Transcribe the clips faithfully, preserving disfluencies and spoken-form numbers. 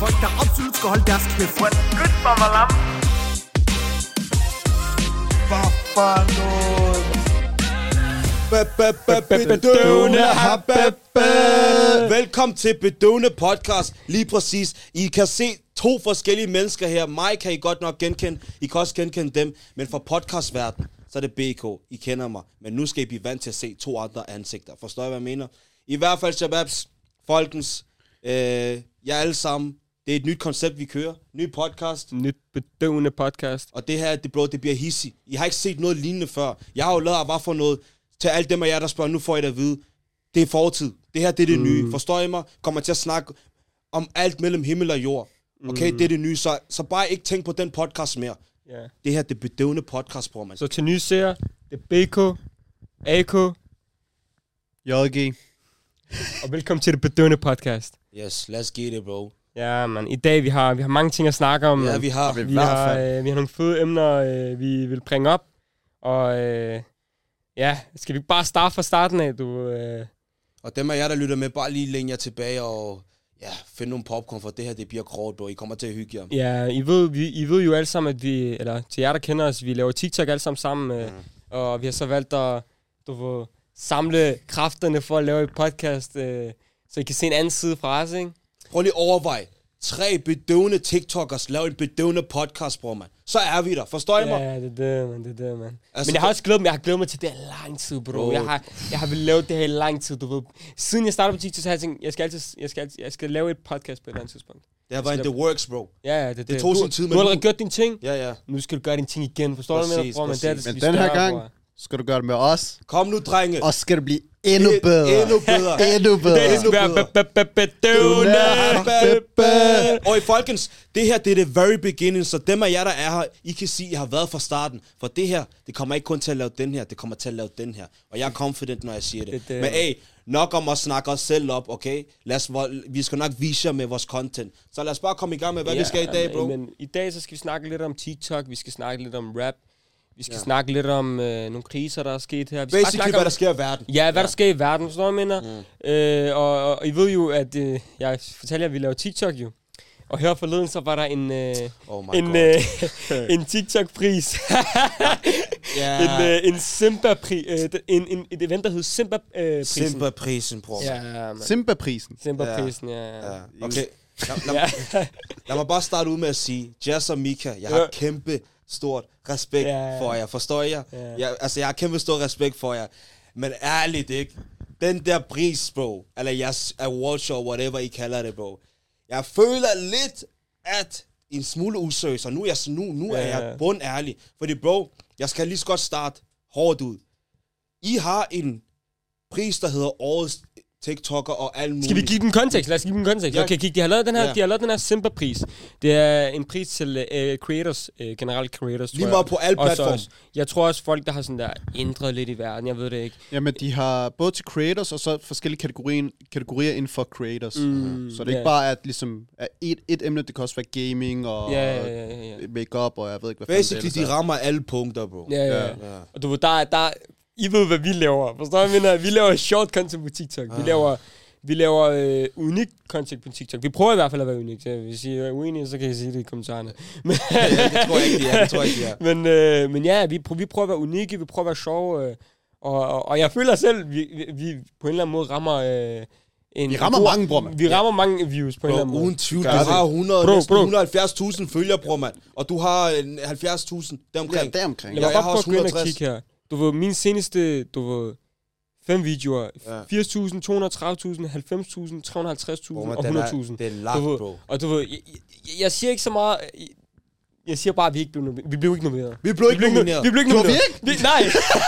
folk, der absolut skal holde deres kæft. What good for malam? Hvad for noget? Velkommen til Bedøvende Podcast. Lige præcis. I kan se to forskellige mennesker her. Mig kan I godt nok genkende. I kan også genkende dem. Men fra podcastverdenen, så er det B K. I kender mig. Men nu skal I blive vant til at se to andre ansigter. Forstår I, hvad jeg mener? I hvert fald, Shababs, folkens, øh, jeg alle sammen. Det er et nyt koncept, vi kører. Ny podcast. Nyt bedøvende podcast. Og det her, det, bro, det bliver hissig. I har ikke set noget lignende før. Jeg har jo lavet hvad for noget. Til alle dem af jer, der spørger, nu får I det at vide. Det er fortid. Det her, det er det mm. nye. Forstår I mig? Kommer til at snakke om alt mellem himmel og jord. Okay, mm. det er det nye. Så, så bare ikke tænk på den podcast mere. Yeah. Det her, det er bedøvende podcast, bror, man. Så til nye seere, det er B K, A K, J G. Og velkommen til det bedøvende podcast. Yes, let's get it, bro. Ja, man. I dag, vi har, vi har mange ting at snakke om. Ja, vi har. Vi har, øh, vi har nogle fede emner, øh, vi vil bringe op. Og øh, ja, skal vi bare starte fra starten af, du... Øh... Og dem af jer, der lytter med, bare lige længere tilbage og ja, finde nogle popcorn, for det her, det bliver gråt, bro. I kommer til at hygge jer. Ja, I ved, vi, I ved jo alle sammen, at vi... Eller til jer, der kender os, vi laver TikTok alle sammen sammen. Øh, mm. Og vi har så valgt at du ved, samle kræfterne for at lave et podcast, øh, så I kan se en anden side fra os, ikke? Prøv lige overvej. Tre bedøvende TikTokers laver en bedøvende podcast, bror, man. Så er vi der. Forstår I mig? Ja, det er det, man. Det er det, man. Altså, men jeg har også glædet mig, jeg har glædet mig til det her lang tid, bro. bro. Jeg har, jeg har ville lave det her i lang tid, du ved. Siden jeg startede på TikTok, så har jeg tænkt, jeg skal altid, jeg skal, altid, jeg skal lave et podcast på et eller andet tidspunkt. Det har været en the works, bro. Ja, ja, det, det, det tog sin tid, men du har allerede gjort dine ting. Ja, ja. Nu skal du gøre dine ting igen. Forstår præcis, du, hvad bror? Men, det er det, men den her gang bror. Skal du gøre det med os. Kom nu, drenge. Og skal det blive endnu bedre. Endnu bedre. Endnu bedre. Det skal være bedøvende. Og i folkens, det her, det er det very beginning, så dem af jer, der er her, I kan sige, I har været fra starten. For det her, det kommer ikke kun til at lave den her, det kommer til at lave den her. Og jeg er confident, når jeg siger det. det, det. Men hey, nok om at snakke os selv op, okay? Lad os, vi skal nok vise jer med vores content. Så lad os bare komme i gang med, hvad ja, vi skal i dag, bro. Men i dag, så skal vi snakke lidt om TikTok, vi skal snakke lidt om rap. Vi skal ja. snakke lidt om øh, nogle kriser, der er sket her. Vi skal basically, hvad om, der sker i verden. Ja, hvad ja. der sker i verden, forstår jeg, mener. Mm. Øh, og, og, og I ved jo, at øh, jeg fortæller jer, at vi laver TikTok jo. Og her forleden, så var der en, øh, oh en, øh, en TikTok-pris. yeah. en, øh, en Simba-pris. Øh, en, en, et event, der hed Simba-prisen. Øh, Simba-prisen, bror. Ja, Simba-prisen? Simba-prisen, ja. ja. ja. Okay, lad, lad, lad, lad mig bare starte ud med at sige, Jazz og Mika, jeg har ja. kæmpe stort respekt ja, ja. for jer, forstår jeg? Ja. Jeg? Altså, jeg har kæmpe stor respekt for jer. Men ærligt, ikke? Den der pris, bro, eller jeres awardshow, whatever I kalder det, bro. Jeg føler lidt, at en smule useriøs, og nu er jeg, nu, nu er ja, ja. jeg bundærlig. Fordi, bro, jeg skal lige så godt starte hårdt ud. I har en pris, der hedder Årets TikToker og alt muligt. Skal vi give dem kontekst? Lad os give dem kontekst. Ja. Okay, kig, de har lavet den her, ja. de har lavet den her Simba-pris. Det er en pris til uh, creators, uh, generelt creators, lige meget på alle platforme. Jeg tror også folk, der har sådan der ændret lidt i verden, jeg ved det ikke. Jamen, de har både til creators, og så forskellige kategorier, kategorier inden for creators. Mm, så det er yeah. ikke bare, at ligesom, at et, et emne, det kan også være gaming, og ja, ja, ja, ja. make-up, og jeg ved ikke, hvad basically, fanden det er. De rammer alle punkter, bro. Ja, ja, ja. ja. Og du ved, der, der I ved, hvad vi laver. Forstår jeg, mener? Vi laver short content på TikTok. Ah. Vi laver, vi laver øh, unik content på TikTok. Vi prøver i hvert fald at være unik. Hvis I er uenige, så kan I sige det i kommentarerne. Men ja, det tror jeg ikke, det er. Det tror jeg ikke, det er. Men, øh, men ja, vi prøver, vi prøver at være unikke. Vi prøver at være sjove. Øh, og, og, og jeg føler selv, vi, vi, vi på en eller anden måde rammer... Øh, En vi rammer god, mange, bror, man. Vi rammer ja. mange views på bro, en eller anden måde. Uden tvivl. Du har hundrede, bro, bro. et hundrede og halvfjerds tusind følgere, bror, mand. Og du har halvfjerds tusind deromkring. Ja, deromkring. Lad mig bare prøve at gå ind og kigge her. Du ved, min seneste, du ved, fem videoer. Ja. firs tusind, to hundrede og tredive tusind, halvfems tusind, tre hundrede og halvtreds tusind og hundrede tusind. Det er langt, bro. Og du ved, jeg, jeg, jeg siger ikke så meget... Jeg, Jeg siger bare, at vi ikke blev nomineret. Vi blev ikke nomineret. Vi blev ikke nomineret. Vi blev ikke nomineret. Vi, nej.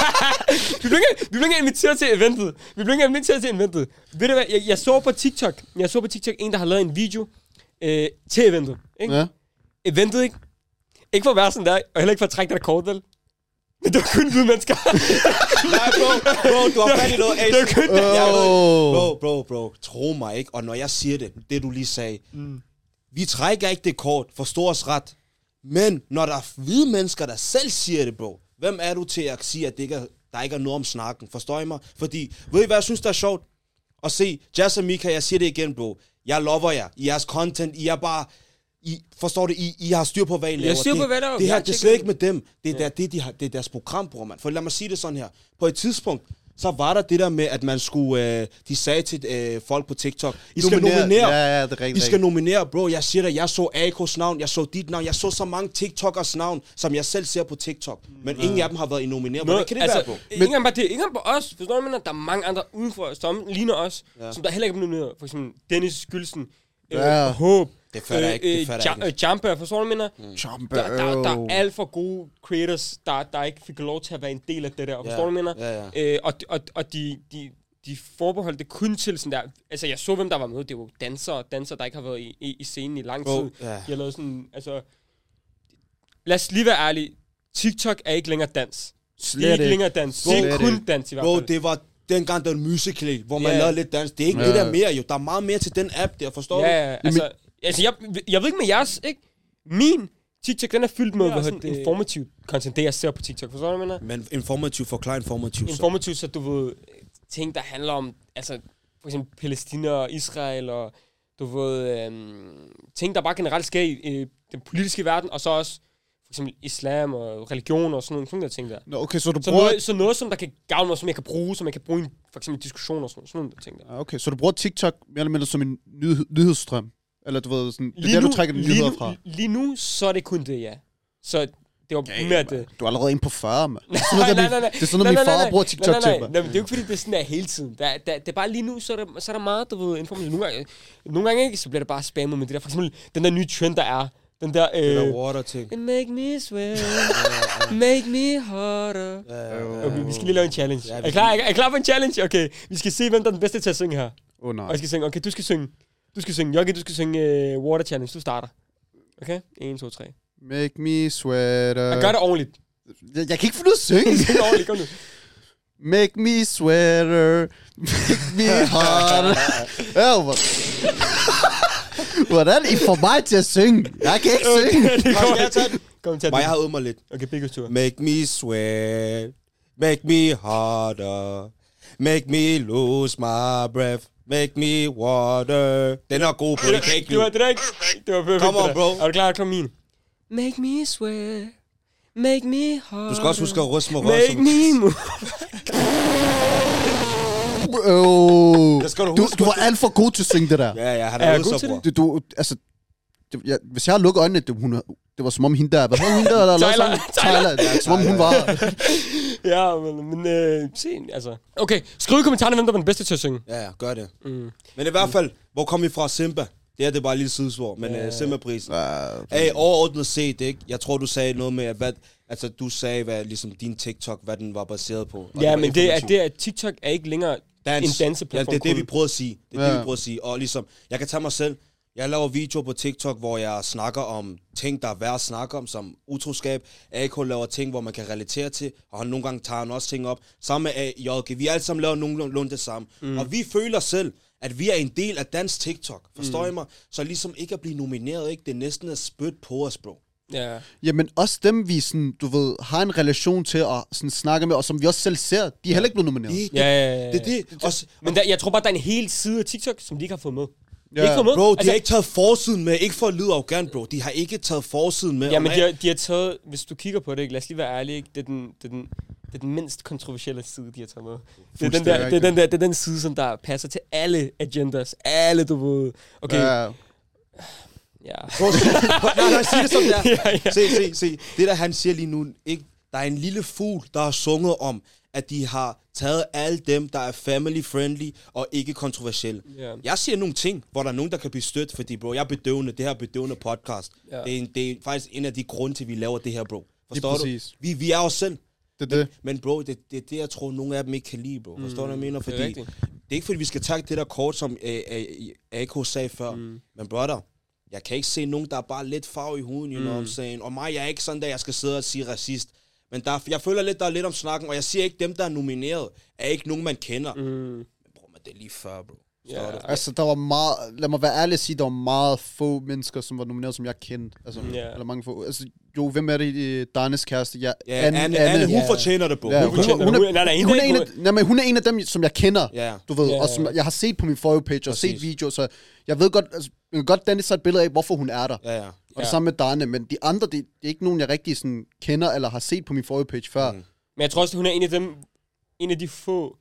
vi, blev ikke, vi blev ikke inviteret til eventet. Vi blev ikke inviteret til eventet. Ved du hvad? Jeg, jeg så på TikTok. Jeg så på TikTok en, der har lavet en video øh, til eventet. Ikke? Ja. Eventet, ikke? Ikke for at være sådan der, og heller ikke for at trække dig kort, vel? Men det var kun hvide mennesker. Nej, bro, bro, du har fat i noget. Det var kun oh. Bro, bro, bro, tro mig ikke. Og når jeg siger det, det du lige sagde, mm. vi trækker ikke det kort, forstår os ret. Men når der er hvide mennesker, der selv siger det, bro, hvem er du til at sige, at det ikke er, der ikke er noget om snakken? Forstår I mig? Fordi, ved I hvad jeg synes, der er sjovt? og se, Jazz og Mika, jeg siger det igen, bro. Jeg lover jer. I jeres content, I er bare... I, forstår det, I, I har styr på, hvad I laver. Jeg styr på, det, hvad der det her, det er slet ikke med dem. Det er, ja. der, det, de har, det er deres program, bror, man. For lad mig sige det sådan her. På et tidspunkt, så var der det der med, at man skulle... Øh, de sagde til øh, folk på TikTok, I skal nominere. nominere. Ja, ja, det er rigtigt. I skal nominere, bro. Jeg siger dig, jeg så A K's navn, jeg så dit navn, jeg så så mange TikTokers navn, som jeg selv ser på TikTok. Men ja. ingen af dem har været i nomineret. Hvordan kan det altså, være, bro? Men, ikke engang bare det. Ikke engang på os. Forstår du, mener? Der er mange andre udenfor, som ligner os, ja. som der heller ikke er nomineret. For eksempel Dennis Skylsen, ja. øh, Håb, det fatter jeg ikke. Det fatter jeg ikke. Jumper, forstår du, mener? Mm. Jumper, der, der, der er alt for gode creators, der, der ikke fik lov til at være en del af det der. Forstår du, mener? Ja, ja. Øh, og og, og de, de, de forbeholdt det kun til sådan der... Altså, jeg så, hvem der var med. Det var dansere, dansere, der ikke har været i, i, i scenen i lang tid. Oh, yeah. De har lavet sådan... Altså... Lad os lige være ærlige. TikTok er ikke længere dans. Slet det er ikke ikke. længere dans. Slet det er kun dans i hvert fald. Bro, det var dengang, der var en musical, hvor man Yeah. lavede lidt dans. Det er ikke Ja. det der mere, jo. Der er meget mere til den app der, forstår du? Ja, ja, altså... Altså, jeg, jeg ved ikke med jeres, ikke? Min TikTok, den er fyldt med, ja, hvad det informativt content, det jeg ser på TikTok, forstår du, mener? Men informativ, forklar informativ. Informativt, så du ved, ting, der handler om, altså, for eksempel Palæstina og Israel, og du ved, øhm, ting, der bare generelt sker i øh, den politiske verden, og så også, for eksempel islam og religion og sådan nogle, sådan der ting der. Nå, okay, så du så, bruger... noget, så noget, som der kan gavne mig, som jeg kan bruge, som jeg kan bruge i for eksempel diskussioner og sådan, sådan nogle ting der. Okay, så du bruger TikTok mere eller mindre som en nyhed, nyhedsstrøm? Eller du ved, sådan, det er lige der, nu, du trækker dine nyheder fra? Lige nu, så er det kun det, ja. Så det var Okay, mere det. Du er allerede inde på fyrre, mand. Det er Nej, sådan nej, noget, nej, nej. det er sådan noget, min far bruger TikTok nej, nej, til, nej, mand. nej, men det er jo ikke, fordi det er sådan der hele tiden. Der, der, det er bare lige nu, så er der, så er der meget, du ved, information. Nogle gange, nogle gange ikke, så bliver det bare spammet med det der. For eksempel, den der nye trend, der er. Den der... Øh, det der water-ting. Make me sweat, make me harder. Ja, ja, ja. Okay, vi skal lige lave en challenge. Ja, er, I klar, er, er I klar for en challenge? Okay, vi skal se, hvem der er den bedste til at synge her. Åh, oh, nej. Og jeg skal synge. Okay, du skal synge. Du skal synge. Jokke, du skal synge uh, Water Challenge. Du starter. Okay? en, to, tre. Make me sweater. Jeg gør det ordentligt. Jeg, jeg kan ikke finde ud af at synge. Syng ordentligt, kom nu. Make me sweater. Make me harder. Ja, hvor... Hvordan I får mig til at synge? Jeg kan ikke Okay, synge. det Skal jeg tage den? Kom, tag Bare jeg den. har øvet mig lidt. Okay, Bigos tur. Make me sweat. Make me harder. Make me lose my breath. Make me water. Den er god, bro. Det kan ikke Det var det der ikke. Det var perfekt. Come on, det der. bro. Er du klar? Kom min. Make me sweat. Make me harder. Du skal også huske at ryste med Make røret. me move. Oh. Det skal du Du, huske. du var alt for god til at synge det der. Ja, ja, han Er er jeg ude god så, til bror. Du, du, altså, det, jeg, hvis jeg har lukket øjnene, det, hun, det var som om hende der, hvad var hende der, der lavede Tyler. sangen? Tyler. Ja, som om hun var... Ja, men, men øh, se, altså. Okay, skriv i kommentarerne, hvem der var den bedste til at synge. Ja, ja, gør det. Mm. Men i hvert fald, hvor kom I fra? Simba? Det her, det er bare et lille sidesvor, men Ja. uh, Simba-prisen. Ja, Hey, overordnet set, ikke? Jeg tror, du sagde noget med, at hvad, altså, du sagde, hvad ligesom din TikTok, hvad den var baseret på. Og Ja, var men det er, informativ. det er, TikTok er ikke længere Dans. en danseplatform. Ja, det er det, vi kun. prøver at sige. Det er Ja. det, vi prøver at sige. Og ligesom, jeg kan tage mig selv. Jeg laver videoer på TikTok, hvor jeg snakker om ting, der er værd at snakke om, som utroskab. A K laver ting, hvor man kan relatere til, og han nogle gange tager han også ting op. Sammen med J G. Vi alle sammen laver nogenlunde det samme. Mm. Og vi føler selv, at vi er en del af dansk TikTok. Forstår mm. I mig? Så ligesom ikke at blive nomineret, ikke? Det er næsten at spytte på os, bro. Ja. Jamen også dem, vi sådan, du ved, har en relation til at sådan, snakke med, og som vi også selv ser, de er heller ikke blevet nomineret. Det, det, Ja, ja, ja, ja. det, det, det. Også, Men der, jeg tror bare, der er en hel side af TikTok, som de ikke har fået med. Ja. Ikke fået med? bro, de altså, har ikke taget forsiden med. Ikke for at lyde arrogant, bro. De har ikke taget forsiden med. Ja, Og men man- de har, de har taget, hvis du kigger på det, ikke? Lad os lige være ærlige, ikke? Det er den, det er den, det er den mindst kontroversielle side, de har taget med. Det er, den der, det, er den der, det er den side, som der passer til alle agendas. Alle, du ved. Okay. Ja. Ja. ja. Bro, nej, nej, sig det som det er. ja, ja. Se, se, se. Det der, han siger lige nu, ikke? Der er en lille fugl, der har sunget om, at de har taget alle dem, der er family-friendly og ikke kontroversielle. Ja. Jeg siger nogle ting, hvor der er nogen, der kan blive stødt, fordi, bro, jeg er bedøvende. Det her er bedøvende podcast. Ja. Det, er en, det er faktisk en af de grunde til, vi laver det her, bro. Forstår du? præcis. Vi, vi er os selv. Det er det. Men bro, det er det, det, jeg tror, nogle af dem ikke kan lide, bro. Forstår du, hvad jeg mener? det er Fordi det rigtigt. er, ikke, fordi vi skal tage det der kort, som øh, øh, A K sagde før. Mm. Men brother, jeg kan ikke se nogen, der er bare lidt farve i huden, you mm. know what I'm saying? Og mig, jeg er ikke sådan, at jeg skal sidde og sige racist. Men der, jeg føler lidt, der er lidt om snakken, og jeg siger ikke, dem, der er nomineret, er ikke nogen, man kender. Mm. Men bro, men det er lige før, bro. Yeah. Altså, der var meget... Lad mig være ærlig at sige, der var meget få mennesker, som var nomineret, som jeg kendte. Altså, Yeah. eller mange få... Altså, jo, hvem er det, Danes kæreste? Ja, Ja, Anne, Anne, Anne, hun Ja. fortjener det, bro. Ja, Hun hun, fortjener hun, det. er, Nej, nej, hun, er hende en er af, nej, men hun er en af dem, som jeg kender, Ja. du ved, Ja, og som ja. jeg har set på min For You page, og Præcis. set videoer, så jeg ved godt, altså, jeg kan godt danne sig et billede af, hvorfor hun er der. Ja, ja. Og Ja. det samme med Dane, men de andre, det, det er ikke nogen, jeg rigtig sådan kender, eller har set på min For You page før. Mm. Men jeg tror også, hun er en af dem, en af de få,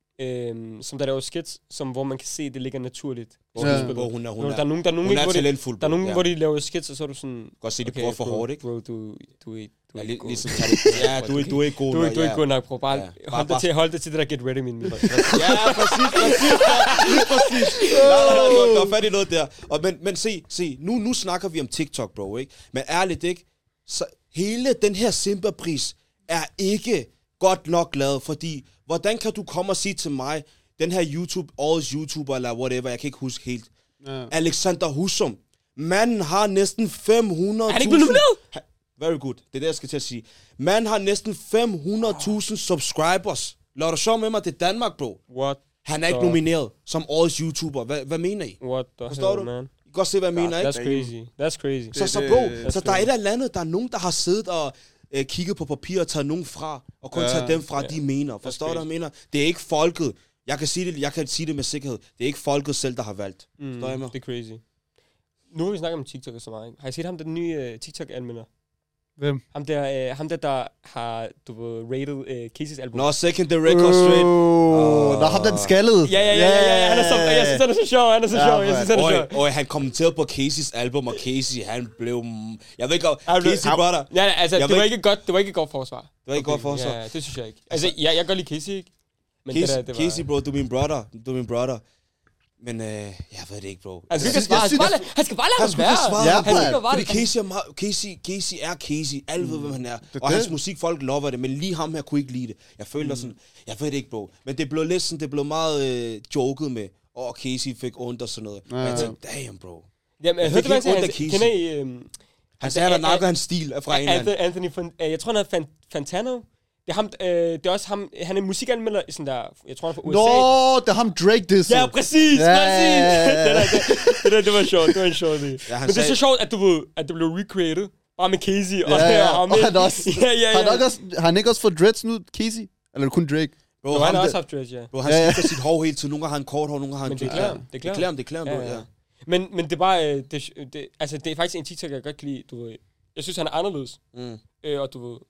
øhm, som der laver skits, som, hvor man kan se, det ligger naturligt. Hvor, Ja. hun, hvor hun er, hun Nå, er, der er nogen, der er nogen, hun ikke, er hvor de, talentfuld. der er nogen, ja. hvor de laver skits, og så er du sådan... Godt se, de prøver for bro, hårdt, ikke? Bro, du, du, du, er- du, Ja, er lig, ikke god. ligesom, ja, du, er- du er ikke god Du, er- nok, du er ja. ikke god nok, bro. Bare, Ja. hold, Bare- dig til, hold dig til det der get ready, min min. Ja, præcis, præcis. Ja, lige præcis. Nej, nej, nej, du har- du har fat i noget der. Og, men, men se, se, nu, nu snakker vi om TikTok, bro, ikke? Men ærligt, ikke? Så hele den her Simba-pris er ikke godt nok lavet, fordi hvordan kan du komme og sige til mig, den her YouTube, årets YouTuber, eller whatever, jeg kan ikke huske helt, Ja. Alexander Husum, manden har næsten fem hundrede tusind... Er han ikke blevet nomineret? Very good. Det er det, jeg skal til at sige. Manden har næsten fem hundrede tusind subscribers. Lad dig sjov med mig, det er Danmark, bro. What? Han er ikke Så- nomineret som årets YouTuber. Hvad, hvad mener I? What the Forstår hell, du? man? I kan godt se, hvad jeg mener, ikke? That's crazy. That's crazy. Så, så det- bro, det- så der er et eller andet, der er nogen, der har siddet og øh, kigget på papir og taget nogen fra, og kun Ja. taget dem fra, Ja. de mener. Forstår du, hvad crazy. jeg mener? Det er ikke folket. Jeg kan sige det, jeg kan sige det med sikkerhed. Det er ikke folket selv, der har valgt. Mm, Forstår jeg mig? det er crazy. Nu har vi snakket om TikTok og så meget, ikke? Har I set ham, den nye uh, TikTok-anmelder? Hvem? Ham der, uh, ham der, der har, du ved, rated uh, Casey's album. Nå, second the record straight. Oh, der er ham, den skaldede. Ja, ja, ja, ja, ja, han er så, jeg synes, han er så sjov, han er så Ja, sjov, jeg synes, han er sjov. Og, og han kommenterede på Casey's album, og Casey, han blev... Jeg ved ikke, om... Han blev- Casey, brother. Ja, ja, altså, Jeg det ved var ikke- ikke godt, det var ikke et godt forsvar. Det var ikke godt forsvar. Ja, det synes jeg ikke. Altså, jeg, jeg kan godt lide Casey, ikke? Men Casey, det der, det var... Casey, bro, du er min brother. Du er min brother. Men øh, jeg ved det ikke, bro. Altså, Jeg han skal synes- bare, jeg han skal synes- bare, lade- han skal bare lade Han ham skulle ikke være. svare. Ja, Han skal mand. bare bare Fordi lade Casey er, meget, Casey, Casey er Casey. Alle ved, hvem han er. Det Og det. hans musik, folk lover det. Men lige ham her kunne ikke lide det. Jeg føler sådan... Jeg ved det ikke, bro. Men det blev lidt sådan... Det blev meget øh, joket med. Og Casey fik ondt og sådan noget. Ja, Men jeg ja. tænkte, damn, bro. Jamen, Jeg hørte fik du, hvad ikke han ondt af sagde? Casey. Kender I... øhm, Han sagde, han har nakket hans stil af fra England. Anthony, Anthony Fan, øh, jeg tror, han hedder Fan, Fantano. Det er, ham, øh, det er også ham, han er musikanmelder i sådan der, jeg tror, han er fra U S A. Nå, det er ham Drake disse. Ja, præcis, Ja, præcis. ja, ja. det, der, det, det, der, det var sjovt, det var en sjov idé. Ja, han Men det er sagde- så sjovt, at du ved, at det blev recreated, bare med Casey. Og, Ja, ja, og, og med, han også. Ja, ja, Har ja. han, også, har han ikke også fået dreads nu, Casey? Eller er det kun Drake? Bro, Jo, han ham har der- også haft dreads, ja. Bro, han Ja, ja. skifter sit hår hele tiden. Nogle gange har han kort hår, nogle gange har han... Men det er Ja. klart, det er Det er klart, det er klart, bro, Ja, ja. ja. Men, men det er bare, øh, det, det, altså det er faktisk en TikTok, jeg godt kan lide, du ved. Jeg synes, han er anderledes. Mm. Øh, og du ved,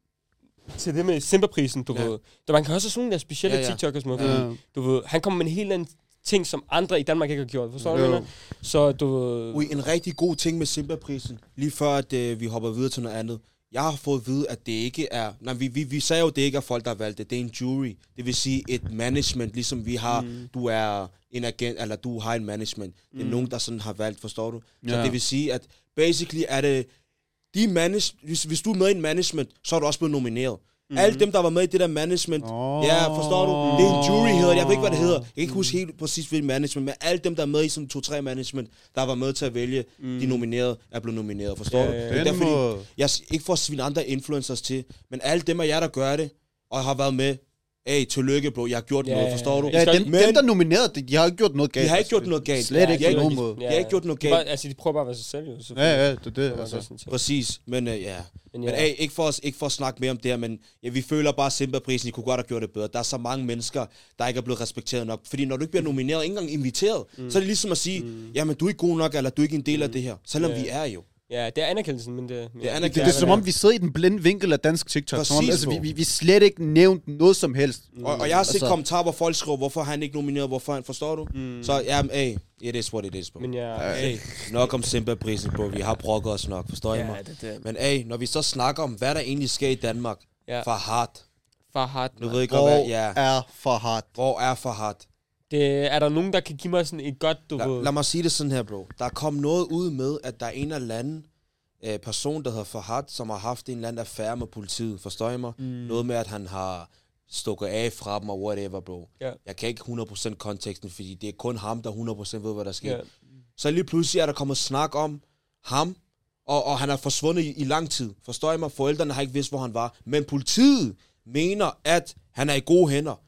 til det med Simba-prisen, du Ja. ved. Der, man kan også have sådan nogle der specielle Ja, ja. TikTokers med, Ja. fordi, du ved, han kommer med en helt anden ting, som andre i Danmark ikke har gjort. Forstår du, Jo. hvad jeg mener? Så du ved... Ui, en rigtig god ting med Simba-prisen, lige før at øh, vi hopper videre til noget andet. Jeg har fået at vide, at det ikke er... Nej, vi, vi, vi sagde jo, at det ikke er folk, der har valgt det. Det er en jury. Det vil sige et management, ligesom vi har. Mm. Du er en agent, eller du har en management. Det er mm. nogen, der sådan har valgt, forstår du? Så Ja. det vil sige, at basically er det... De manage, hvis, hvis du er med i en management, så er du også blevet nomineret. Mm. Alle dem, der var med i det der management, Oh. ja, forstår du? Det er en jury, hedder det. Jeg ved ikke, hvad det hedder. Jeg kan ikke huske helt præcis, hvilket management, men alle dem, der er med i sådan to-tre management, der var med til at vælge, mm. de nominerede, er blevet nomineret, forstår Ja, du? ja, ja. Det er Den derfor, må- fordi, jeg s- ikke for at svine andre influencers til, men alle dem af jer, der gør det, og har været med, hey, tillykke, bro, jeg har gjort Ja, noget, ja, forstår du? Ja, skal- dem, men- dem, der nominerede det, de har ikke gjort noget galt. De har ikke gjort noget galt. Slet Ja, ikke de har på ikke- nogen måde. de har ikke gjort noget de galt. Bare, altså, de prøver bare at være sig selv, jo. Ja, ja, det er det. Altså. Altså. Præcis, men uh, ja. Men, Men ja. hey, ikke for, os, ikke for at snakke mere om det her, men ja, vi føler bare Simba-prisen, I kunne godt have gjort det bedre. Der er så mange mennesker, der ikke er blevet respekteret nok. Fordi når du ikke bliver nomineret, ikke engang inviteret, mm. så er det ligesom at sige, mm. jamen du er ikke god nok, eller du er ikke en del mm. af det her. Selvom Ja. vi er jo. Ja, det er anerkendelsen, men det... Det er Det, anerkendelse. det er som om, vi sidder i den blinde vinkel af dansk TikTok. Som om, Præcis, altså, vi, bro. vi, vi slet ikke nævnt noget som helst. Mm. Og, og jeg har set Altså- kommentarer, hvor folk skriver, hvorfor han ikke nomineret, hvorfor han, forstår du? Mm. Så ja, hey, it is what it is, bro. Men ja... Hey, nok om Simba-prisen, bro. Vi har brokket os nok, forstår I Ja, mig? det, det. Men hey, når vi så snakker om, hvad der egentlig sker i Danmark, Ja. Farhad. Farhad. Du ved ikke, Hvor hvad... Ja. er for hardt? Hvor er Farhad? Det, er der nogen, der kan give mig sådan et godt, du La, ved... lad mig sige det sådan her, bro. Der er kommet noget ud med, at der er en af landen, øh, person, der hedder Farhad, som har haft en eller anden affære med politiet. Forstår I mig? Mm. Noget med, at han har stukket af fra dem og whatever, bro. Ja. Jeg kan ikke hundrede procent konteksten, fordi det er kun ham, der hundrede procent ved, hvad der sker. Ja. Så lige pludselig er der kommet snak om ham, og, og han er forsvundet i, i lang tid. Forstår I mig? Forældrene har ikke vidst, hvor han var. Men politiet mener, at han er i gode hænder.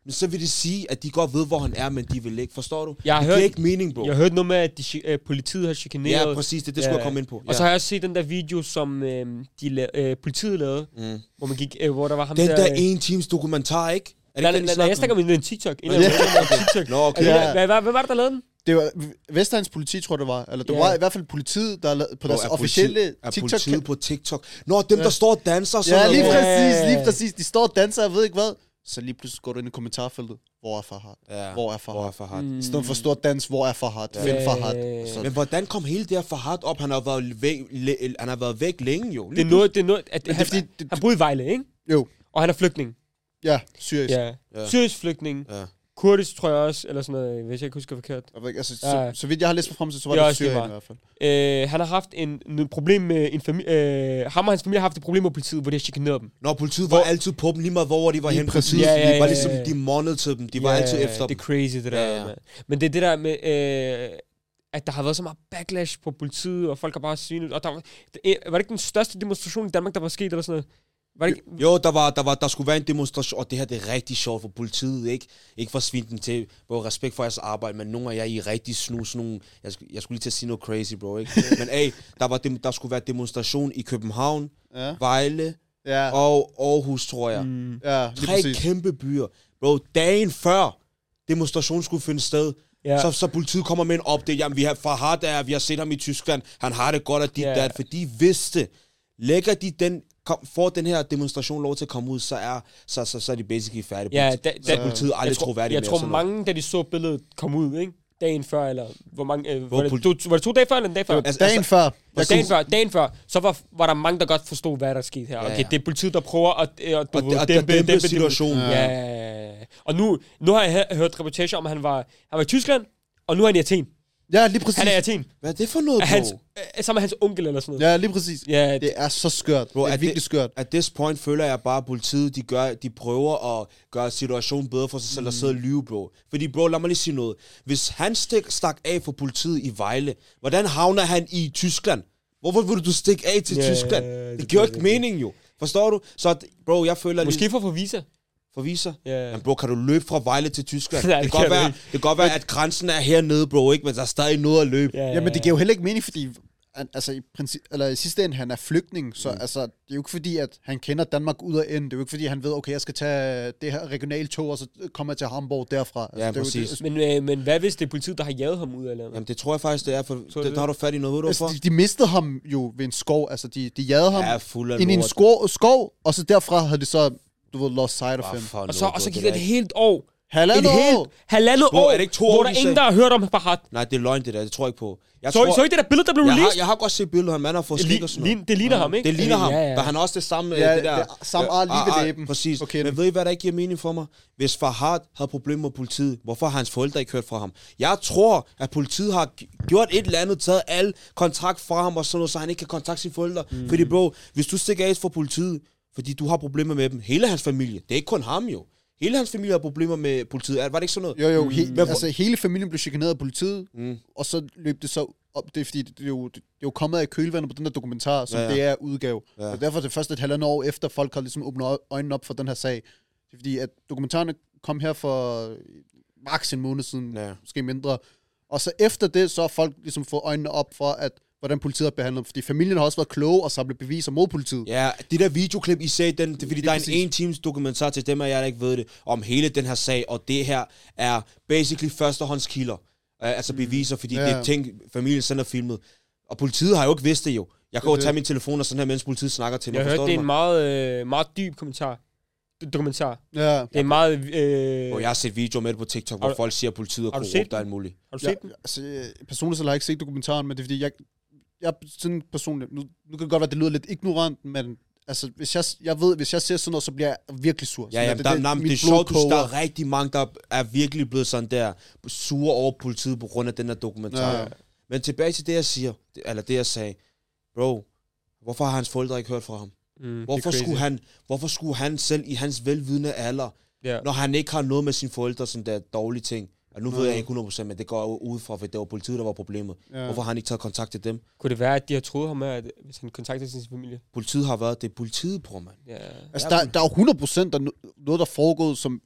så vil det sige, at de godt ved, hvor han er, men de vil ikke. Forstår du? Jeg har det hørt, giver ikke mening, bro. Jeg har hørt noget med, at de, øh, politiet har chikaneret. Ja, præcis. Det, det skulle ja. jeg komme ind på. Ja. Og så har jeg også set den der video, som øh, de, øh, politiet lavede, mm. hvor, man gik, øh, hvor der var ham den der... Den der en times dokumentar, ikke? Er nej, nej, nej, jeg snakker om en TikTok. En ja. TikTok. Nå, okay. Ja. Hvad, hvad, hvad var det, der lavede den? Det var Vestegns politi, tror jeg, det var. Eller det ja. var i hvert fald politiet, der lavede på deres er officielle politi- er TikTok. politiet på TikTok. Nå, dem, ja. der står og danser. Ja, lige noget. præcis, lige præcis. De står og danser, jeg ved ikke hvad. Så lige pludselig går du ind i kommentarfeltet. Hvor er Farhad? Ja. Hvor er Farhad? Hvor er Farhad? Mm. I stedet for stor dans, hvor er Farhad? Ja. Find Farhad. Så. Men hvordan kom hele det her Farhad op? Han har været væk, han har været væk længe, jo. Det er noget, det er noget at han, det, det, han boede i Vejle, ikke? Jo. Og han er flygtning. Ja, syrisk. Ja. Ja. Syrisk flygtning. Ja. Kurdisk, tror jeg også, eller sådan noget, hvis jeg ikke husker forkert. Altså, så, ja. så vidt jeg har læst på frem til, så var det, det Syrien i hvert fald. Øh, han har haft en, en problem med en familie. Øh, ham og hans familie har haft et problem med politiet, hvor de har chikaneret dem. Nå, politiet var hvor, altid på dem, lige meget hvor de var hen. Præcis. Ja, ja, ja, de var ligesom, de monede til dem. De ja, var altid efter dem. Det er crazy, det der. Ja, ja. Men det er det der med, øh, at der har været så meget backlash på politiet, og folk har bare svinet. Og der var, det, var det ikke den største demonstration i Danmark, der var sket, eller sådan noget? Var det ikke? Jo, der var, der var, der skulle være en demonstration, og det her det er rigtig sjovt for politiet, ikke? Ikke for at svine den til, både respekt for jeres arbejde, men nogle af jer I rigtig snus, nogle, jeg, jeg skulle lige til at sige noget crazy, bro, ikke? Men hey, der, var dem, der skulle være demonstration i København, ja. Vejle ja. og Aarhus, tror jeg. Mm. Ja, tre præcis. Kæmpe byer. Bro, dagen før demonstrationen skulle finde sted, ja. så, så politiet kommer med en update, jamen vi har Farhad der, vi har set ham i Tyskland, han har det godt af dit ja. dat, for de vidste, lægger de den, kom, får den her demonstration lov til at komme ud, så er, så, så, så er de basically færdige. Ja, da, så er politiet aldrig troværdige Jeg mere, tror mange, da de så billedet komme ud, ikke? Dagen før, eller hvor mange... Øh, hvor var, det, to, var det to dage før, eller en dag før? Altså, dagen før. Dagen før, dagen før, så var, var der mange, der godt forstod, hvad der skete her. Okay, ja, ja. Det er politiet, der prøver at, at, at, og, at dæmpe, dæmpe, dæmpe situationen. Ja. Ja. Og nu, nu har jeg hørt reportage om, at han var, han var i Tyskland, og nu er han i Athen. Ja, lige præcis. Han er i Athen. Hvad er det for noget, bro? Hans, øh, sammen med hans onkel eller sådan noget. Ja, lige præcis. Ja, det er så skørt. Bro, det er virkelig skørt. At this point føler jeg bare, at politiet, de, gør, de prøver at gøre situationen bedre for sig selv, mm. og sidde og lyve, bro. Fordi, bro, lad mig lige sige noget. Hvis han stik, stak af for politiet i Vejle, hvordan havner han i Tyskland? Hvorfor vil du stikke af til yeah, Tyskland? Det, det giver ikke mening, jo. Forstår du? Så, bro, jeg føler... Måske lige... for at få visa. For visa? Yeah. Men bro, kan du løbe fra Vejle til Tyskland? Nej, det, det, kan godt være, det kan godt være, at grænsen er hernede, bro, ikke? Men der er stadig noget at løbe. Ja, ja, ja. Jamen, det giver jo heller ikke mening, fordi altså, i, princip, eller i sidste ende, han er flygtning, så mm. altså, det er jo ikke fordi, at han kender Danmark ud og ind. Det er jo ikke fordi, han ved, okay, jeg skal tage det her regionale tog, og så kommer jeg til Hamburg derfra. Altså, ja, det er præcis. Jo, det, men, øh, men hvad hvis det er politiet, der har jaget ham ud af landet? Jamen, det tror jeg faktisk, det er, for det, det, der har du fat i noget, ved du altså, for? De, de mistede ham jo ved en skov, altså de, de jagede ham ja, fuld af ind i en skov, skov, og så derfra havde de så, du ved, lost sight of him. Og så, og så gik det et helt år. Halvandet et helt, år? Halvandet Bro, år, er det ikke to hvor år, der ingen, der har hørt om Farhad. Nej, det er løgn, det der. Det tror jeg ikke på. Jeg så, tror, så ikke det der billede, der blev jeg released? har, jeg har godt set billedet, han har fået slik og sådan noget. Det ligner ja. ham, ikke? Det ligner ham. Ja, ja. Der han også det samme, ja, det der. Det samme ar lige ved læben. Præcis. Okay, men ved I, hvad der ikke giver mening for mig? Hvis Farhad havde problemer med politiet, hvorfor har hans forældre ikke hørt fra ham? Jeg tror, at politiet har gjort et eller andet, taget al kontrakt fra ham og sådan noget, så han ikke kan kontakte sine forældre. Mm. Fordi bro, hvis du stikker af for politiet, fordi du har problemer med dem, hele hans familie, det er ikke kun ham jo. Hele hans familie har problemer med politiet. Var det ikke sådan noget? Jo, jo. He, mm. altså, hele familien blev chikaneret af politiet, mm. og så løb det så op. Det er fordi, det er jo, det er jo kommet af kølvandet på den der dokumentar, som ja, ja. det er udgave. Ja. Og derfor er det først et halvandet år efter, folk har ligesom åbnet øjnene op for den her sag. Det er fordi, at dokumentarerne kom her for maks en måned siden, ja. måske mindre. Og så efter det, så har folk ligesom fået øjnene op for, at hvordan politiet har behandlet dem. Fordi familien har også været kloge og samlet beviser mod politiet. Ja, det der videoklip, I sagde, den, det, fordi der er en en times dokumentar til dem, og jeg ikke ved det, om hele den her sag, og det her er basically førstehåndskilder. Uh, altså beviser, fordi ja. det er ting, familien sender filmet. Og politiet har jo ikke vidst det jo. Jeg kan jo tage min telefon og sådan her, mens politiet snakker til mig. Jeg har hørt, det er en meget, øh, meget dyb kommentar. Dokumentar. Ja. Det er meget... Øh... Og jeg har set videoer med det på TikTok, hvor du, folk siger, at politiet er korrupt, der er en mulig. Har du set ja, den? Altså, personligt så har jeg ikke set dokumentaren, men det er fordi, jeg... Jeg sådan personligt, nu, nu kan det godt være, at det lyder lidt ignorant, men altså, hvis jeg, jeg ved, hvis jeg ser sådan noget, så bliver jeg virkelig sur. Ja, ja, det, der, det, nej, det er sjovt, der er rigtig mange, der er virkelig blevet sådan der sure over politiet på grund af den her dokumentar. Ja. Men tilbage til det, jeg siger, eller det, jeg sagde. Bro, hvorfor har hans forældre ikke hørt fra ham? Mm, hvorfor, skulle han, hvorfor skulle han selv i hans velvidende alder, yeah. når han ikke har noget med sine forældre, sådan der dårlige ting? Og nu ved jeg ikke hundrede procent, men det går ud fra, for det var politiet, der var problemet. Ja. Hvorfor har han ikke taget kontakt til dem? Kunne det være, at de har troet ham med, at hvis han kontaktede sin familie? Politiet har været, det er politiet, bror, mand. Ja. Altså, der, der er hundrede procent der noget, der er foregået, som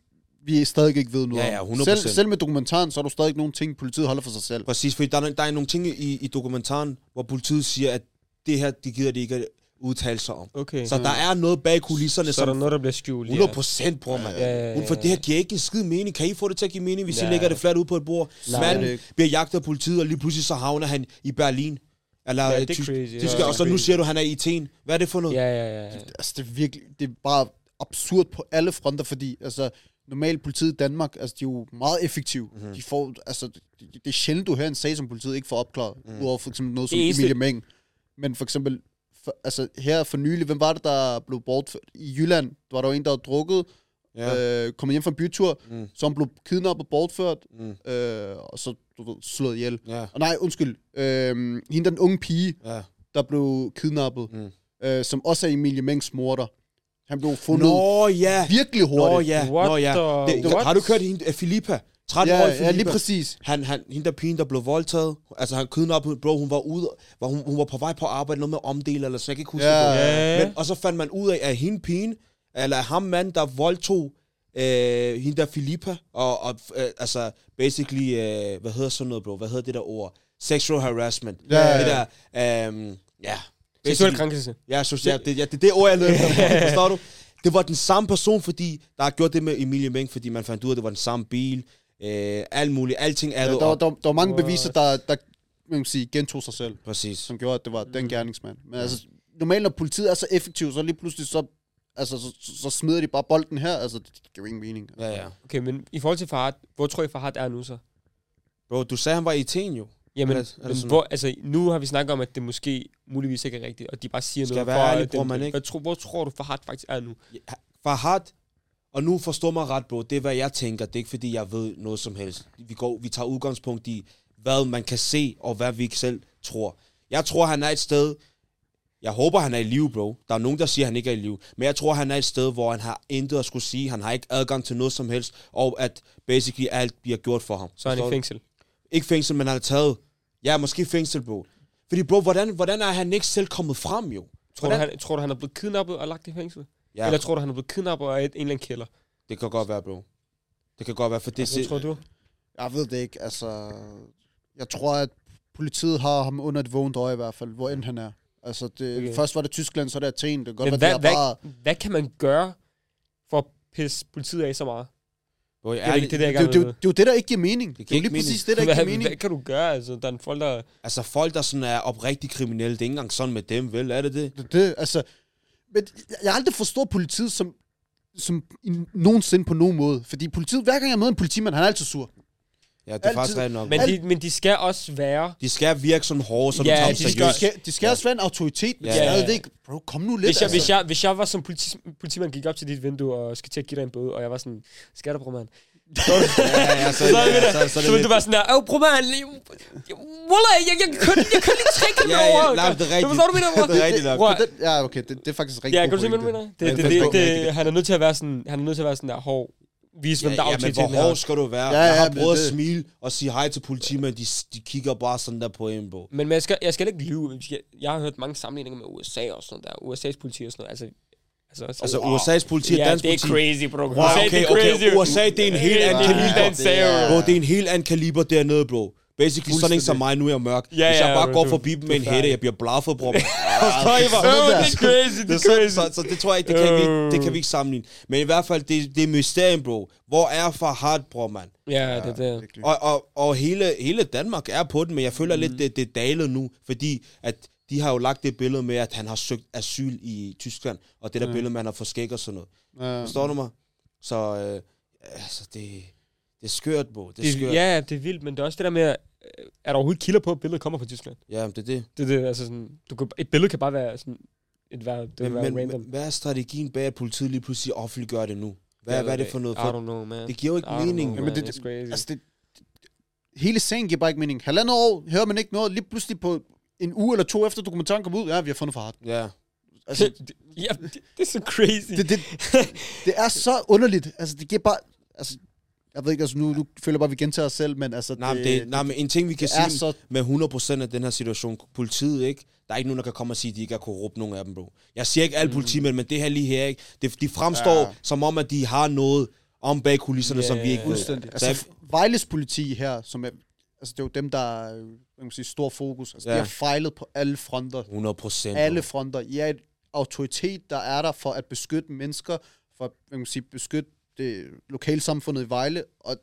vi stadig ikke ved noget ja, ja, om. Selv, selv med dokumentaren, så er der stadig nogle ting, politiet holder for sig selv. Præcis, fordi der er, der er nogle ting i, i dokumentaren, hvor politiet siger, at det her, de gider de ikke at udtale sig om. Okay. Så mm. der er noget bag kulisserne, så er der noget, der bliver skjult. hundrede procent, bror, man. Ja, ja, ja, ja. For det her giver ikke en skid mening. Kan I få det til at give mening, hvis ja. I lægger det fladt ud på et bord? Manden bliver jagtet af politiet, og lige pludselig så havner han i Berlin. Eller ja, det er crazy. Tysk, ja, og så nu siger du, at han er i Athen. Hvad er det for noget? Ja, ja, ja. ja. Altså, det er virkelig, det er bare absurd på alle fronter, fordi altså, normalt politiet i Danmark, altså, de er jo meget effektive. Mm-hmm. De får, altså, det, det er sjældent, du hører en sag, som politiet ikke får opklaret. Mm. Udover for eksempel noget som Emilie Meng. Men for eksempel, for, altså her for nylig, hvem var det, der blev bortført? I Jylland var der jo en, der havde drukket, ja. øh, kommet hjem fra en bytur, mm. som blev kidnappet og bortført, mm. øh, og så du ved, slået ihjel. Ja. Og nej, undskyld, øh, hende den unge pige, ja. der blev kidnappet, mm. øh, som også er Emilie Mengs morder. Han blev fundet Nå, ja. virkelig hurtigt. Nå ja, Nå, ja. Det, det, har du kørt hende, Filippa? tretten ja, år Filippa. Ja, lige præcis. Han, han, hende der pigen, der blev voldtaget, altså han kidnappede, bro, hun var ude, var, hun, hun var på vej på arbejde, noget med omdel, eller så jeg kan ikke huske ja. det. Men, og så fandt man ud af, at hende pigen, eller ham mand, der voldtog øh, hende der Filippa, og, og øh, altså, basically, øh, hvad hedder sådan noget, bro? Hvad hedder det der ord? Sexual harassment. Ja. Det der, øh, ja. Seksuel krænkelse. Ja, så, ja, det, ja, det er det ord, jeg løber for, forstår du? Det var den samme person, fordi, der har gjort det med Emilie Meng, fordi man fandt ud af, at det var den samme bil, øh, alt muligt, alting er ja, der, der, der, der var mange beviser, der, der man kan sige, gentog sig selv. Præcis. Som gjorde, at det var mm. den gerningsmand. Men altså, normalt når politiet er så effektiv, så lige pludselig så, altså, så, så smider de bare bolden her, altså, det giver jo ingen mening. Ja, ja. Okay, men i forhold til Farhad, hvor tror I Farhad er nu så? Bro, du sagde, han var i Athen jo. Jamen, er, er men hvor, altså, nu har vi snakket om, at det måske muligvis ikke er rigtigt, og de bare siger skal noget. Være ærlig, bror, man, ikke? Hvad, tro, hvor tror du, Farhad faktisk er nu? Ja, Farhad, og nu forstår mig ret, bro, det er, hvad jeg tænker. Det er ikke, fordi jeg ved noget som helst. Vi, går, vi tager udgangspunkt i, hvad man kan se, og hvad vi ikke selv tror. Jeg tror, han er et sted, jeg håber, han er i live, bro. Der er nogen, der siger, han ikke er i live. Men jeg tror, han er et sted, hvor han har intet at skulle sige. Han har ikke adgang til noget som helst, og at basically alt bliver gjort for ham. Så er han i fængsel? Ikke fængsel, men han er taget. Ja, måske fængsel, bro. Fordi, bro, hvordan, hvordan er han ikke selv kommet frem, jo? Tror du, han, tror du, han er blevet kidnappet og lagt i fængsel? Ja. Eller tror du, han er blevet kidnappet og er en eller anden kælder? Det kan godt være, bro. Det kan godt være, for det... Hvad tror du? Jeg ved det ikke, altså... Jeg tror, at politiet har ham under et vågent øje i hvert fald, hvor end han er. Altså, det, okay. Først var det Tyskland, så er det Athen. Det kan godt Men være, hvad, det bare... hvad, hvad kan man gøre for at pisse politiet af så meget? Bro, det, er det, det, der, det, det, det, det er jo det, der ikke giver mening. Det, det er jo lige mening. præcis det, der ikke giver mening. Hvad kan du gøre? Altså, der er en folk, der... Altså, folk, der sådan er oprigtigt kriminelle, det er ikke engang sådan med dem, vel? Er det det? Det, det altså... Men jeg har aldrig forstået politiet som, som i nogensinde på nogen måde. Fordi politiet, hver gang jeg møder en politimand, han er altid sur. Ja, det er altid. Faktisk rigtigt nok. Men de, men de skal også være... De skal virke som hårde, så ja, du tager dem seriøst. seriøst. De skal, de skal ja. også være en autoritet. Men ja, ja, ja. Ikke, bro, kom nu lidt. Hvis jeg, altså. hvis, jeg, hvis jeg var som politi, politimand, gik op til dit vindue og skal til at give dig en bøde, og jeg var sådan, skal der, bror mand? Så, ja, ja, så, så, ja, så, så, så ville du være sådan der, åh, bror mand, wallah, jeg, jeg, jeg kørte lige tre kilometer over. Ja, ja, det er rigtigt. Forstår du, mener, bror? Det er rigtigt nok. Ja, okay, det, det er faktisk rigtig ja, kan du se, hvad du mener? Det, det, det, det, han er nødt til at være sådan, han er nødt til at være sådan der, hård. Vis, hvem ja, der er ja, men hvor hård skal du være? Ja, ja, jeg har prøvet at smile og sige hej til politimænd, de, de kigger bare sådan der på en, bro. Men jeg skal, jeg skal ikke lyve. Jeg, jeg har hørt mange sammenligninger med U S A og sådan der. U S A's politi og sådan noget. Altså, altså, altså wow. U S A's politi og ja, dansk politi. Ja, det er crazy, bro. Wow, okay, okay. U S A, det er en helt anden kaliber. Bro, det er en helt anden kaliber dernede, bro. Basically, sådan en som mig, nu er jeg mørk. Ja, Hvis jeg bare ja, går forbi dem med en hætte, jeg bliver blaffet, bror. Det er crazy, det er crazy. Så, så det tror jeg ikke, det kan, vi ikke, det kan vi ikke sammenligne. Men i hvert fald, det, det er mysterien, bro. Hvor er Farhad, bror, mand? Ja, det er det. Og, og, og hele, hele Danmark er på den, men jeg føler mm. lidt, det, det er dalet nu. Fordi at de har jo lagt det billede med, at han har søgt asyl i Tyskland. Og det der mm. billede, man har fået skæg og sådan noget. Mm. Forstår du mig? Så øh, altså, det... Det er skørt, bro. Det er skørt. Ja, det er vildt, men det er også det der med, er der overhovedet kilder på, at billedet kommer fra Tyskland? Ja, det er det. Det er det, altså sådan, du kan, et billede kan bare være sådan, et være, det men, være men, random. Hvad er strategien bag, at politiet lige pludselig offentliggør det nu? Hvad, hvad er det for noget? For? I don't know, man. Det giver jo ikke I mening. Know, man. Det, det, altså det, hele sagen giver bare ikke mening. Halvandet år hører man ikke noget, lige pludselig på en uge eller to efter dokumentaren kom ud, ja, vi har fundet Farhad. Ja. Altså, det, ja, det, det er så crazy. Det, det, det er så underligt. Altså, det giver bare... Altså, jeg ved ikke, altså nu, nu føler jeg bare, at vi gentager os selv, men altså... Nej, det, det, det, nej, men en ting, vi kan sige så... med hundrede procent af den her situation, politiet, ikke? Der er ikke nogen, der kan komme og sige, at de ikke er korrupt, nogen af dem, bro. Jeg siger ikke alle mm. politimænd, men det her lige her, ikke? Det, de fremstår ja. som om, at de har noget om bag kulisserne, yeah, som vi ikke ved. Altså, Vejles politi her, som er, altså det er jo dem, der er, man kan sige, stor fokus. Altså, ja. De har fejlet på alle fronter. hundrede procent. Alle fronter. I er et autoritet, der er der for at beskytte mennesker, for at man kan sige, beskytte det lokalsamfundet i Vejle, og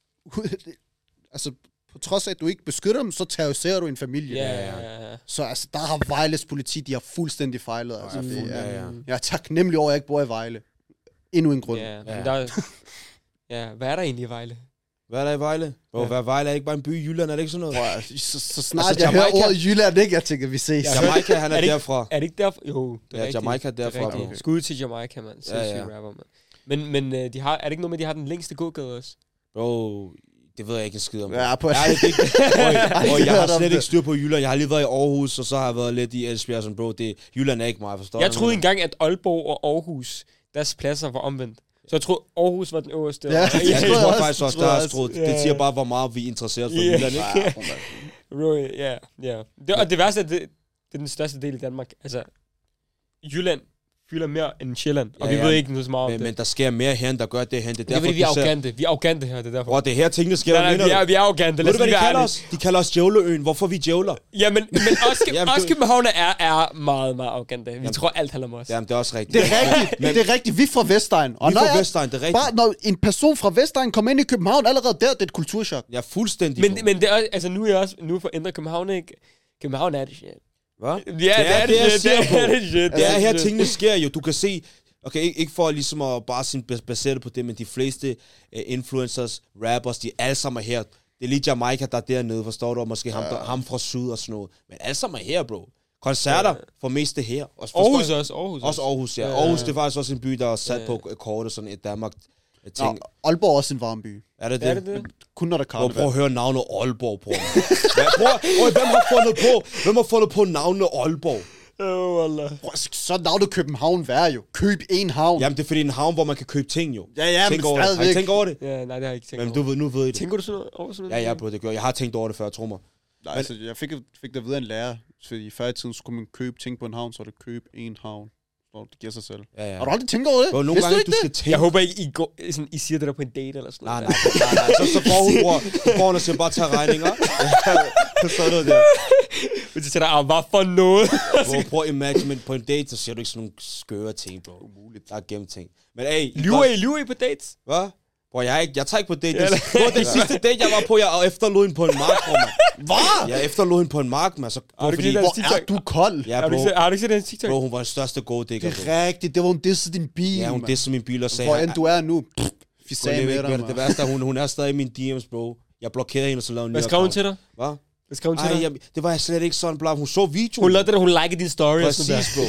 altså, på trods af, at du ikke beskytter dem, så terroriserer du en familie. Ja, ja, ja. Så altså, der har Vejles politi, de har fuldstændig fejlet. Altså, ja, det er, ja, ja. Jeg er taknemmelig over, at jeg ikke bor i Vejle. Endnu en grund. Ja, ja. Der, ja, hvad er der egentlig i Vejle? Hvad er der i Vejle? Bro, ja. Hvad Vejle er ikke bare en by i Jylland, er det ikke sådan noget? Bro, så, så snart altså, jeg Jamaica, hører ordet Jylland, ikke? Jeg tænker, vi ses. Ja, Jamaica, han er, er det, derfra. Er det ikke derfra? Jo, det er ja, rigtigt. Jamaica er derfra. Det er okay. Skud til Jamaica, mand. Ja, ja. Rapper, man. Men, men de har, er det ikke noget med, at de har den længste gågade også? Bro, det ved jeg ikke en skid om. Ja, på ja, det ikke. Og, og jeg har slet ikke styr på Jylland. Jeg har lige været i Aarhus, og så har jeg været lidt i Esbjerg, som bro, det, Jylland er ikke mig, forstår jeg Jeg troede engang, at Aalborg og Aarhus, deres pladser var omvendt. Så jeg tror Aarhus var den øverste. Ja, jeg, jeg tror også, faktisk også, der er troet. Det siger bare, hvor meget vi interesserer os for yeah. Jylland, ikke? Bro, ja, ja. Og det værste er, det, det er den største del i Danmark. Altså, Jylland fylder mere end Sjælland, og ja, vi ja. ved ikke noget så meget om men, det. Men der sker mere her, end der gør det her. Det er, det er fordi, vi er arrogante. Vi er arrogante her, det er derfor. Bro, det er her tingene sker. Nej, nej, vi er, vi er arrogante. Ved du, hvad de kalder os? De kalder os Djævleøen. Hvorfor vi djævler? Ja, men, men også, Jamen, også København er, er meget, meget arrogante. Vi Jamen, tror, alt handler om os. Jamen, det er også rigtigt. Det er rigtigt. men, det er rigtigt. Vi er fra Vestegn. Og vi er fra Vestegn, det er rigtigt. Bare når en person fra Vestegn kommer ind i København, allerede der, det er et kulturschok. Ja, fuldstændig. Men, men det er også, altså nu er jeg også, nu for at ændre København, ikke? København er det shit. Hvad? Ja, det er det, det, det, det er det shit. Det er her, tingene sker jo. Du kan se... Okay, ikke, ikke for ligesom at bare sådan basere det på det, men de fleste uh, influencers, rappers, de alle sammen er her. Det er lige Jamaica, der er dernede, forstår du? Og måske ja. ham, der, ham fra syd og sådan noget. Men alle sammen er her, bro. Koncerter ja. for mest det her. Også, Aarhus også. Aarhus også Aarhus, ja. ja. Aarhus, det er faktisk også en by, der er sat ja. på kortet, sådan i Danmark. Ting. Ja, Aalborg er også en varm by. Er det det? Er det det? Kun når der kan prøv at høre navnet Aalborg, bror. Hvem har fundet på, hvem har fundet på navnet Aalborg? Oh, Allah. Så navnet København værre jo. Køb en havn. Jamen, det er fordi en havn, hvor man kan købe ting jo. Ja, ja, tænk men stadigvæk. Har I tænkt over det? Ja, nej, det har jeg ikke tænkt men over. Men du ved, nu ved I det. Tænker du sådan over sådan noget? Ja, ja, bro, det gør. Jeg har tænkt over det før, tro mig. Nej, men, altså, jeg fik, fik det videre en lærer. Fordi før i tiden skulle man købe ting på en havn, så er det køb en havn. Så det giver sig selv. Ja, ja. Har du aldrig tænkt over det? Bro, nogle gange, du, du skal tænke... Jeg håber ikke, I, går, sådan, I siger det der på en date eller sådan noget. Nej, nej, nej, nej. Så, så får hun, bror, bror, hun siger bare tage regninger. Så noget der. Men så siger der, hvad for noget? Bro, prøv at imagine, men på en date, så siger du ikke sådan nogle skøre ting, bro. Umuligt. Der er gemt ting. Men hey... Lyver I, lyver I på dates? Hvad? Bro, jeg, ikke, jeg tager ikke på date. Bro, den sidste date, jeg var på, jeg efterlod hende på en mark, bro, man. Hvad? Jeg efterlod hende på en mark, man. Så, bro, fordi, hvor er du kold? Ja, bro. Har du ikke set den TikTok? Bro, hun var den største gode digger. Det er rigtigt. Det var hun dissede din bil, ja, hun dissede min bil og sagde... Hvor end du er nu, vi sagde med dig, det værste er, hun, hun er stadig i mine D M's, bro. Jeg blokerede hende, og så lavede hun... Hvad skrev hun til dig? Hvad? Hvad skrev hun til dig? Ej, det var jeg slet ikke sådan, bla. Hun så videoen. Hun lavede det, hun likede din story. Præcis, bro.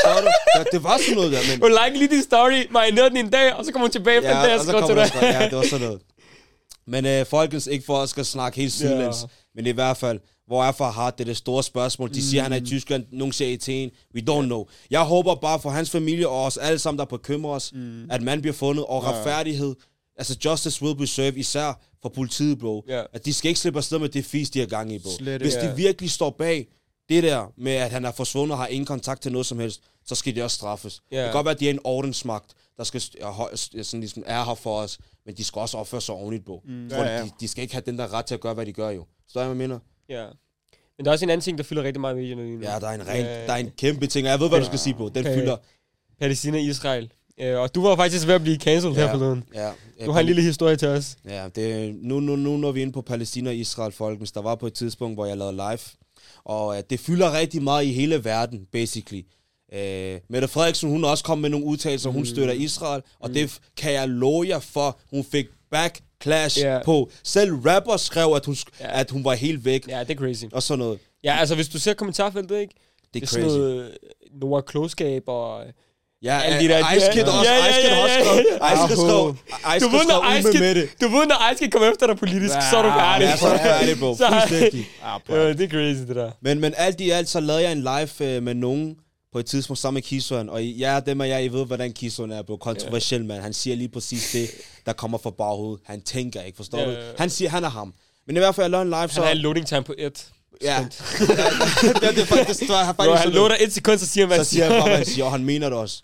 Ja, det var sådan noget der, men... Hun likede lige din story, marinerede den en dag, og så kom hun tilbage efter ja, en dag og skrev til dig. Ja, det var sådan noget. Men øh, folkens, ikke for at skal snakke helt sidelæns, yeah. men i hvert fald, hvor er Farhad? Det er det store spørgsmål. De siger, mm. han er i Tyskland, nogen siger Athen. We don't yeah. know. Jeg håber bare for hans familie og os alle sammen, der bekymrer os, mm. at man bliver fundet, og yeah. retfærdighed. Altså, justice will be served, især for politiet, bro. Yeah. At de skal ikke slippe afsted med det fis, de har gang i, bro. Slet Hvis yeah. de virkelig står bag det der med, at han er forsvundet og har ingen kontakt til noget som helst, så skal de også straffes. Yeah. Det kan godt være, at de er en ordensmagt, der skal, sådan ligesom er her for os, men de skal også opføre sig ordentligt, bro. Mm. Ja, ja. De, de skal ikke have den der ret til at gøre, hvad de gør, jo. Står jeg med minder? Ja. Men der er også en anden ting, der fylder rigtig meget i medierne lige nu. Ja, der er en, ren, ja. der er en kæmpe ting, og jeg ved, hvad ja. du skal sige, bro. Den okay. fylder... Palæstina og Israel. Uh, og du var faktisk ved at blive cancelled ja. her forleden. Ja. Du har en lille historie til os. Ja, det, nu, nu, nu når vi er inde på Palæstina og Israel, folkens. Der var på et tidspunkt, hvor jeg lavede live. Og uh, det fylder rigtig meget i hele verden, basically. Uh, Mette Frederiksen, hun har også kommet med nogle udtalelser, mm. hun støtter Israel. Og mm. det kan jeg love jer for, hun fik backlash yeah. på. Selv rapper skrev, at hun, yeah. at hun var helt væk. Ja, det er crazy. Og sådan noget. Ja, altså hvis du ser kommentarfeltet, ikke? Det er, det er crazy. Sådan noget Noah Klogskab og... Ja, Ice Kid også. Ice Kid har også skrevet. Ice Kid skrev. Ice Kid skrev ud med det. Du ved, når Ice Kid kommer efter dig politisk, så er du færdig. Ja, så er jeg færdig, bro. Fuldstændig. Ja, det er crazy, det der. Men, men alt i alt, så lavede jeg en live med nogen på et tidspunkt sammen med Kison. Og jeg er dem og jeg, I ved, hvordan Kison er, bro. Kontroversiel, mand. Han siger lige præcis det, der kommer fra baghovedet. Han tænker ikke, forstår du? Han siger, han er ham. Men i hvert fald, jeg lavede en live, så... Han har en loading time på et. Ja. det, det er faktisk... Bro, han loader et sekund, så siger han, hvad så siger han bare, hvad han siger, og han mener det også.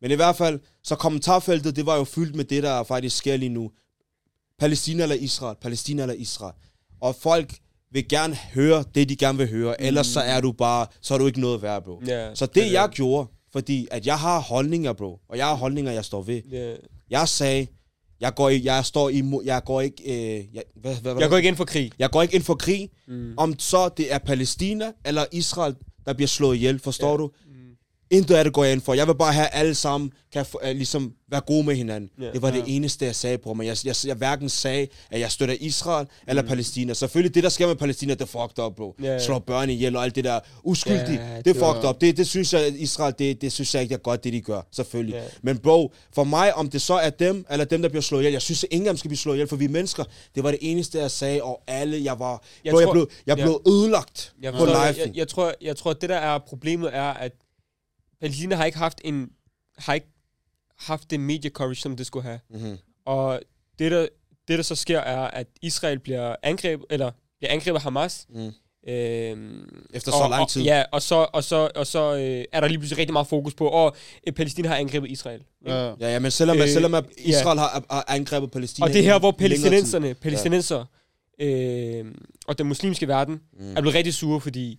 Men i hvert fald, så kommentarfeltet, det var jo fyldt med det, der faktisk sker lige nu. Palæstina eller Israel, Palæstina eller Israel. Og folk vil gerne høre det, de gerne vil høre, mm. ellers så er du bare, så er du ikke noget værd, bro. Yeah, så det, det jeg gjorde, fordi at jeg har holdninger, bro, og jeg har holdninger, jeg står ved. Yeah. Jeg sagde, jeg går, i, jeg står imod, jeg går ikke, øh, jeg, hvad, hvad, jeg går ikke ind for krig. Jeg går ikke ind for krig, mm. om så det er Palæstina eller Israel, der bliver slået ihjel, forstår yeah. du? Intet af det går jeg ind for. Jeg vil bare have alle sammen kan uh, ligesom være gode med hinanden. Yeah. Det var yeah. det eneste, jeg sagde på mig. Jeg, jeg, jeg hverken sagde, at jeg støtter Israel eller mm. Palæstina. Selvfølgelig, det der sker med Palæstina, det er fucked up, bro. Yeah. Slår børn ihjel og alt det der uskyldige. Yeah, det er fucked up. Det, det synes jeg, Israel, det, det synes jeg ikke er godt, det de gør. Selvfølgelig. Yeah. Men bro, for mig, om det så er dem, eller dem, der bliver slået ihjel, jeg synes, at ingen af dem skal blive slået ihjel, for vi er mennesker. Det var det eneste, jeg sagde, og alle, jeg var... Jeg, bro, tror, jeg blev, jeg blev yeah. ødelagt jeg på live. Jeg, jeg, jeg, tror, jeg tror, at det der er problemet er, at Palæstina har ikke haft en har ikke haft det media coverage, som det skulle have. Mm-hmm. Og det der, det der så sker er, at Israel bliver angrebet eller bliver angrebet af Hamas. Mm. Øhm, Efter så og, lang tid. Og, ja, og så og så og så øh, er der lige pludselig rigtig meget fokus på, og øh, Palæstina har angrebet Israel. Ja, ja, ja men selvom øh, selvom at Israel ja. har, har angrebet Palæstina. Og det her hvor palæstinenserne, palæstinenser ja. øh, og den muslimske verden mm. er blevet rigtig sure, fordi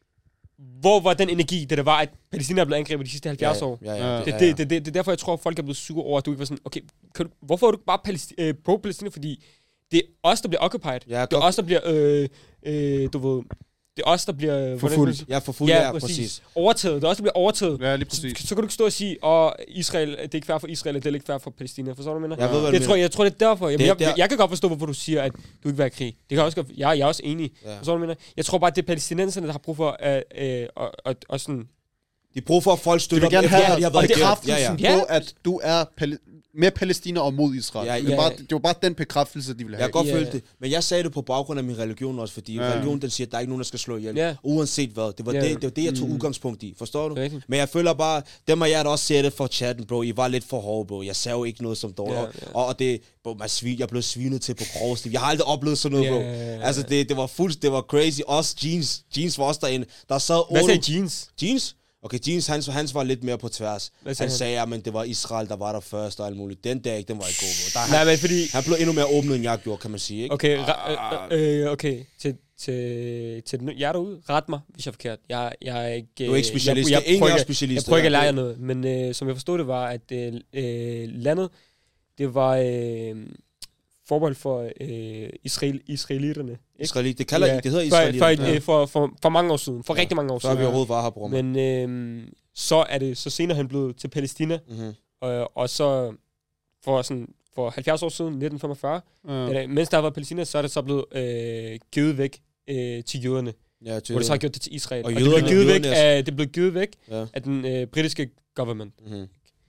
hvor var den energi, da det var, at Palæstina er blevet angrebet de sidste halvfjerds ja, år? Ja, ja, ja. Det, det, det, det, det er derfor, jeg tror, at folk er blevet sure over, at du ikke var sådan, okay, kan du, hvorfor er du ikke bare palæsti- øh, pro-Palæstina? Fordi det er os, der bliver occupied. Ja, det er os, der bliver, øh, øh, du ved, det er os, der bliver... Forfulgt. Ja, forfulgt, ja, ja, præcis. præcis. Overtaget. Det er os, der bliver overtaget. Ja, lige præcis. Så, så kan du ikke stå og sige, åh, Israel, det er ikke fair for Israel, det er ikke fair for Palæstina. Forstår du, hvad jeg mener? Jeg, ved, jeg, tror, jeg tror, det er derfor. Jamen, det, jeg, jeg, jeg kan godt forstå, hvorfor du siger, at du ikke vil have krig. Det kan også godt, jeg, jeg er også enig. Ja. Forstår du, hvad jeg mener? Jeg tror bare, at det er palæstinenserne, der har brug for at... Øh, og, og, og sådan... De bruger for, at folk støtter dem. De vil gerne have, de har været bekræftelsen ja, ja. på, at du er med Palæstina og mod Israel. Ja, ja. Det, var bare, det var bare den bekræftelse, de ville have. Jeg kan godt føle det. Men jeg sagde det på baggrund af min religion også, fordi ja. religion den siger, at der er ikke nogen, der skal slå ihjel. Ja. Uanset hvad. Det var, ja. det, det var det, jeg tog mm. udgangspunkt i. Forstår du? Rigtig. Men jeg føler bare, dem og jeg der også ser det for chatten, bro. I var lidt for hårde, bro. Jeg sagde jo ikke noget som dårligt. Ja, ja. Og, og det, bro, man svin, jeg blev svinet til på grovstil. Jeg har aldrig oplevet sådan noget, bro. Ja, ja, ja. Altså, det, det var fuldt, det var crazy. Også jeans. Jeans var også derinde. Der sad Hvad sagde jeans? Jeans? Okay, Jeans, hans, hans var lidt mere på tværs. Han han sagde, at det var Israel, der var der først og alt muligt. Den dag, den var ikke god. Der, Nej, han, men fordi... han blev endnu mere åbnet, end jeg gjorde, kan man sige, ikke? Okay, ra- øh, øh, okay. Til, til, til den, jeg er derude. Ret mig, hvis jeg er forkert. Jeg, jeg er ikke... Du er ikke specialist. Jeg, jeg, jeg, prøver, jeg, specialist, jeg prøver ikke at lære noget. Men øh, som jeg forstod det var, at øh, landet, det var... Øh, forbehold for øh, Israel, israelitterne. Israelit, det kalder ja, I, det hedder israelitterne. For, for, ja. for, for, for mange år siden, for ja. rigtig mange år siden. Så har vi overhovedet var her, bror. Men øh, så er det så senere han blevet til Palæstina, mm-hmm. og, og så for sådan for halvfjerds år siden, nitten femogfyrre, mm. da, mens der har været Palæstina, så er det så blevet øh, givet væk øh, til jøderne. Ja, til hvor det så har gjort det til Israel. Og, og det blev givet væk af det blev givet væk ja. af den øh, britiske government. Mm-hmm.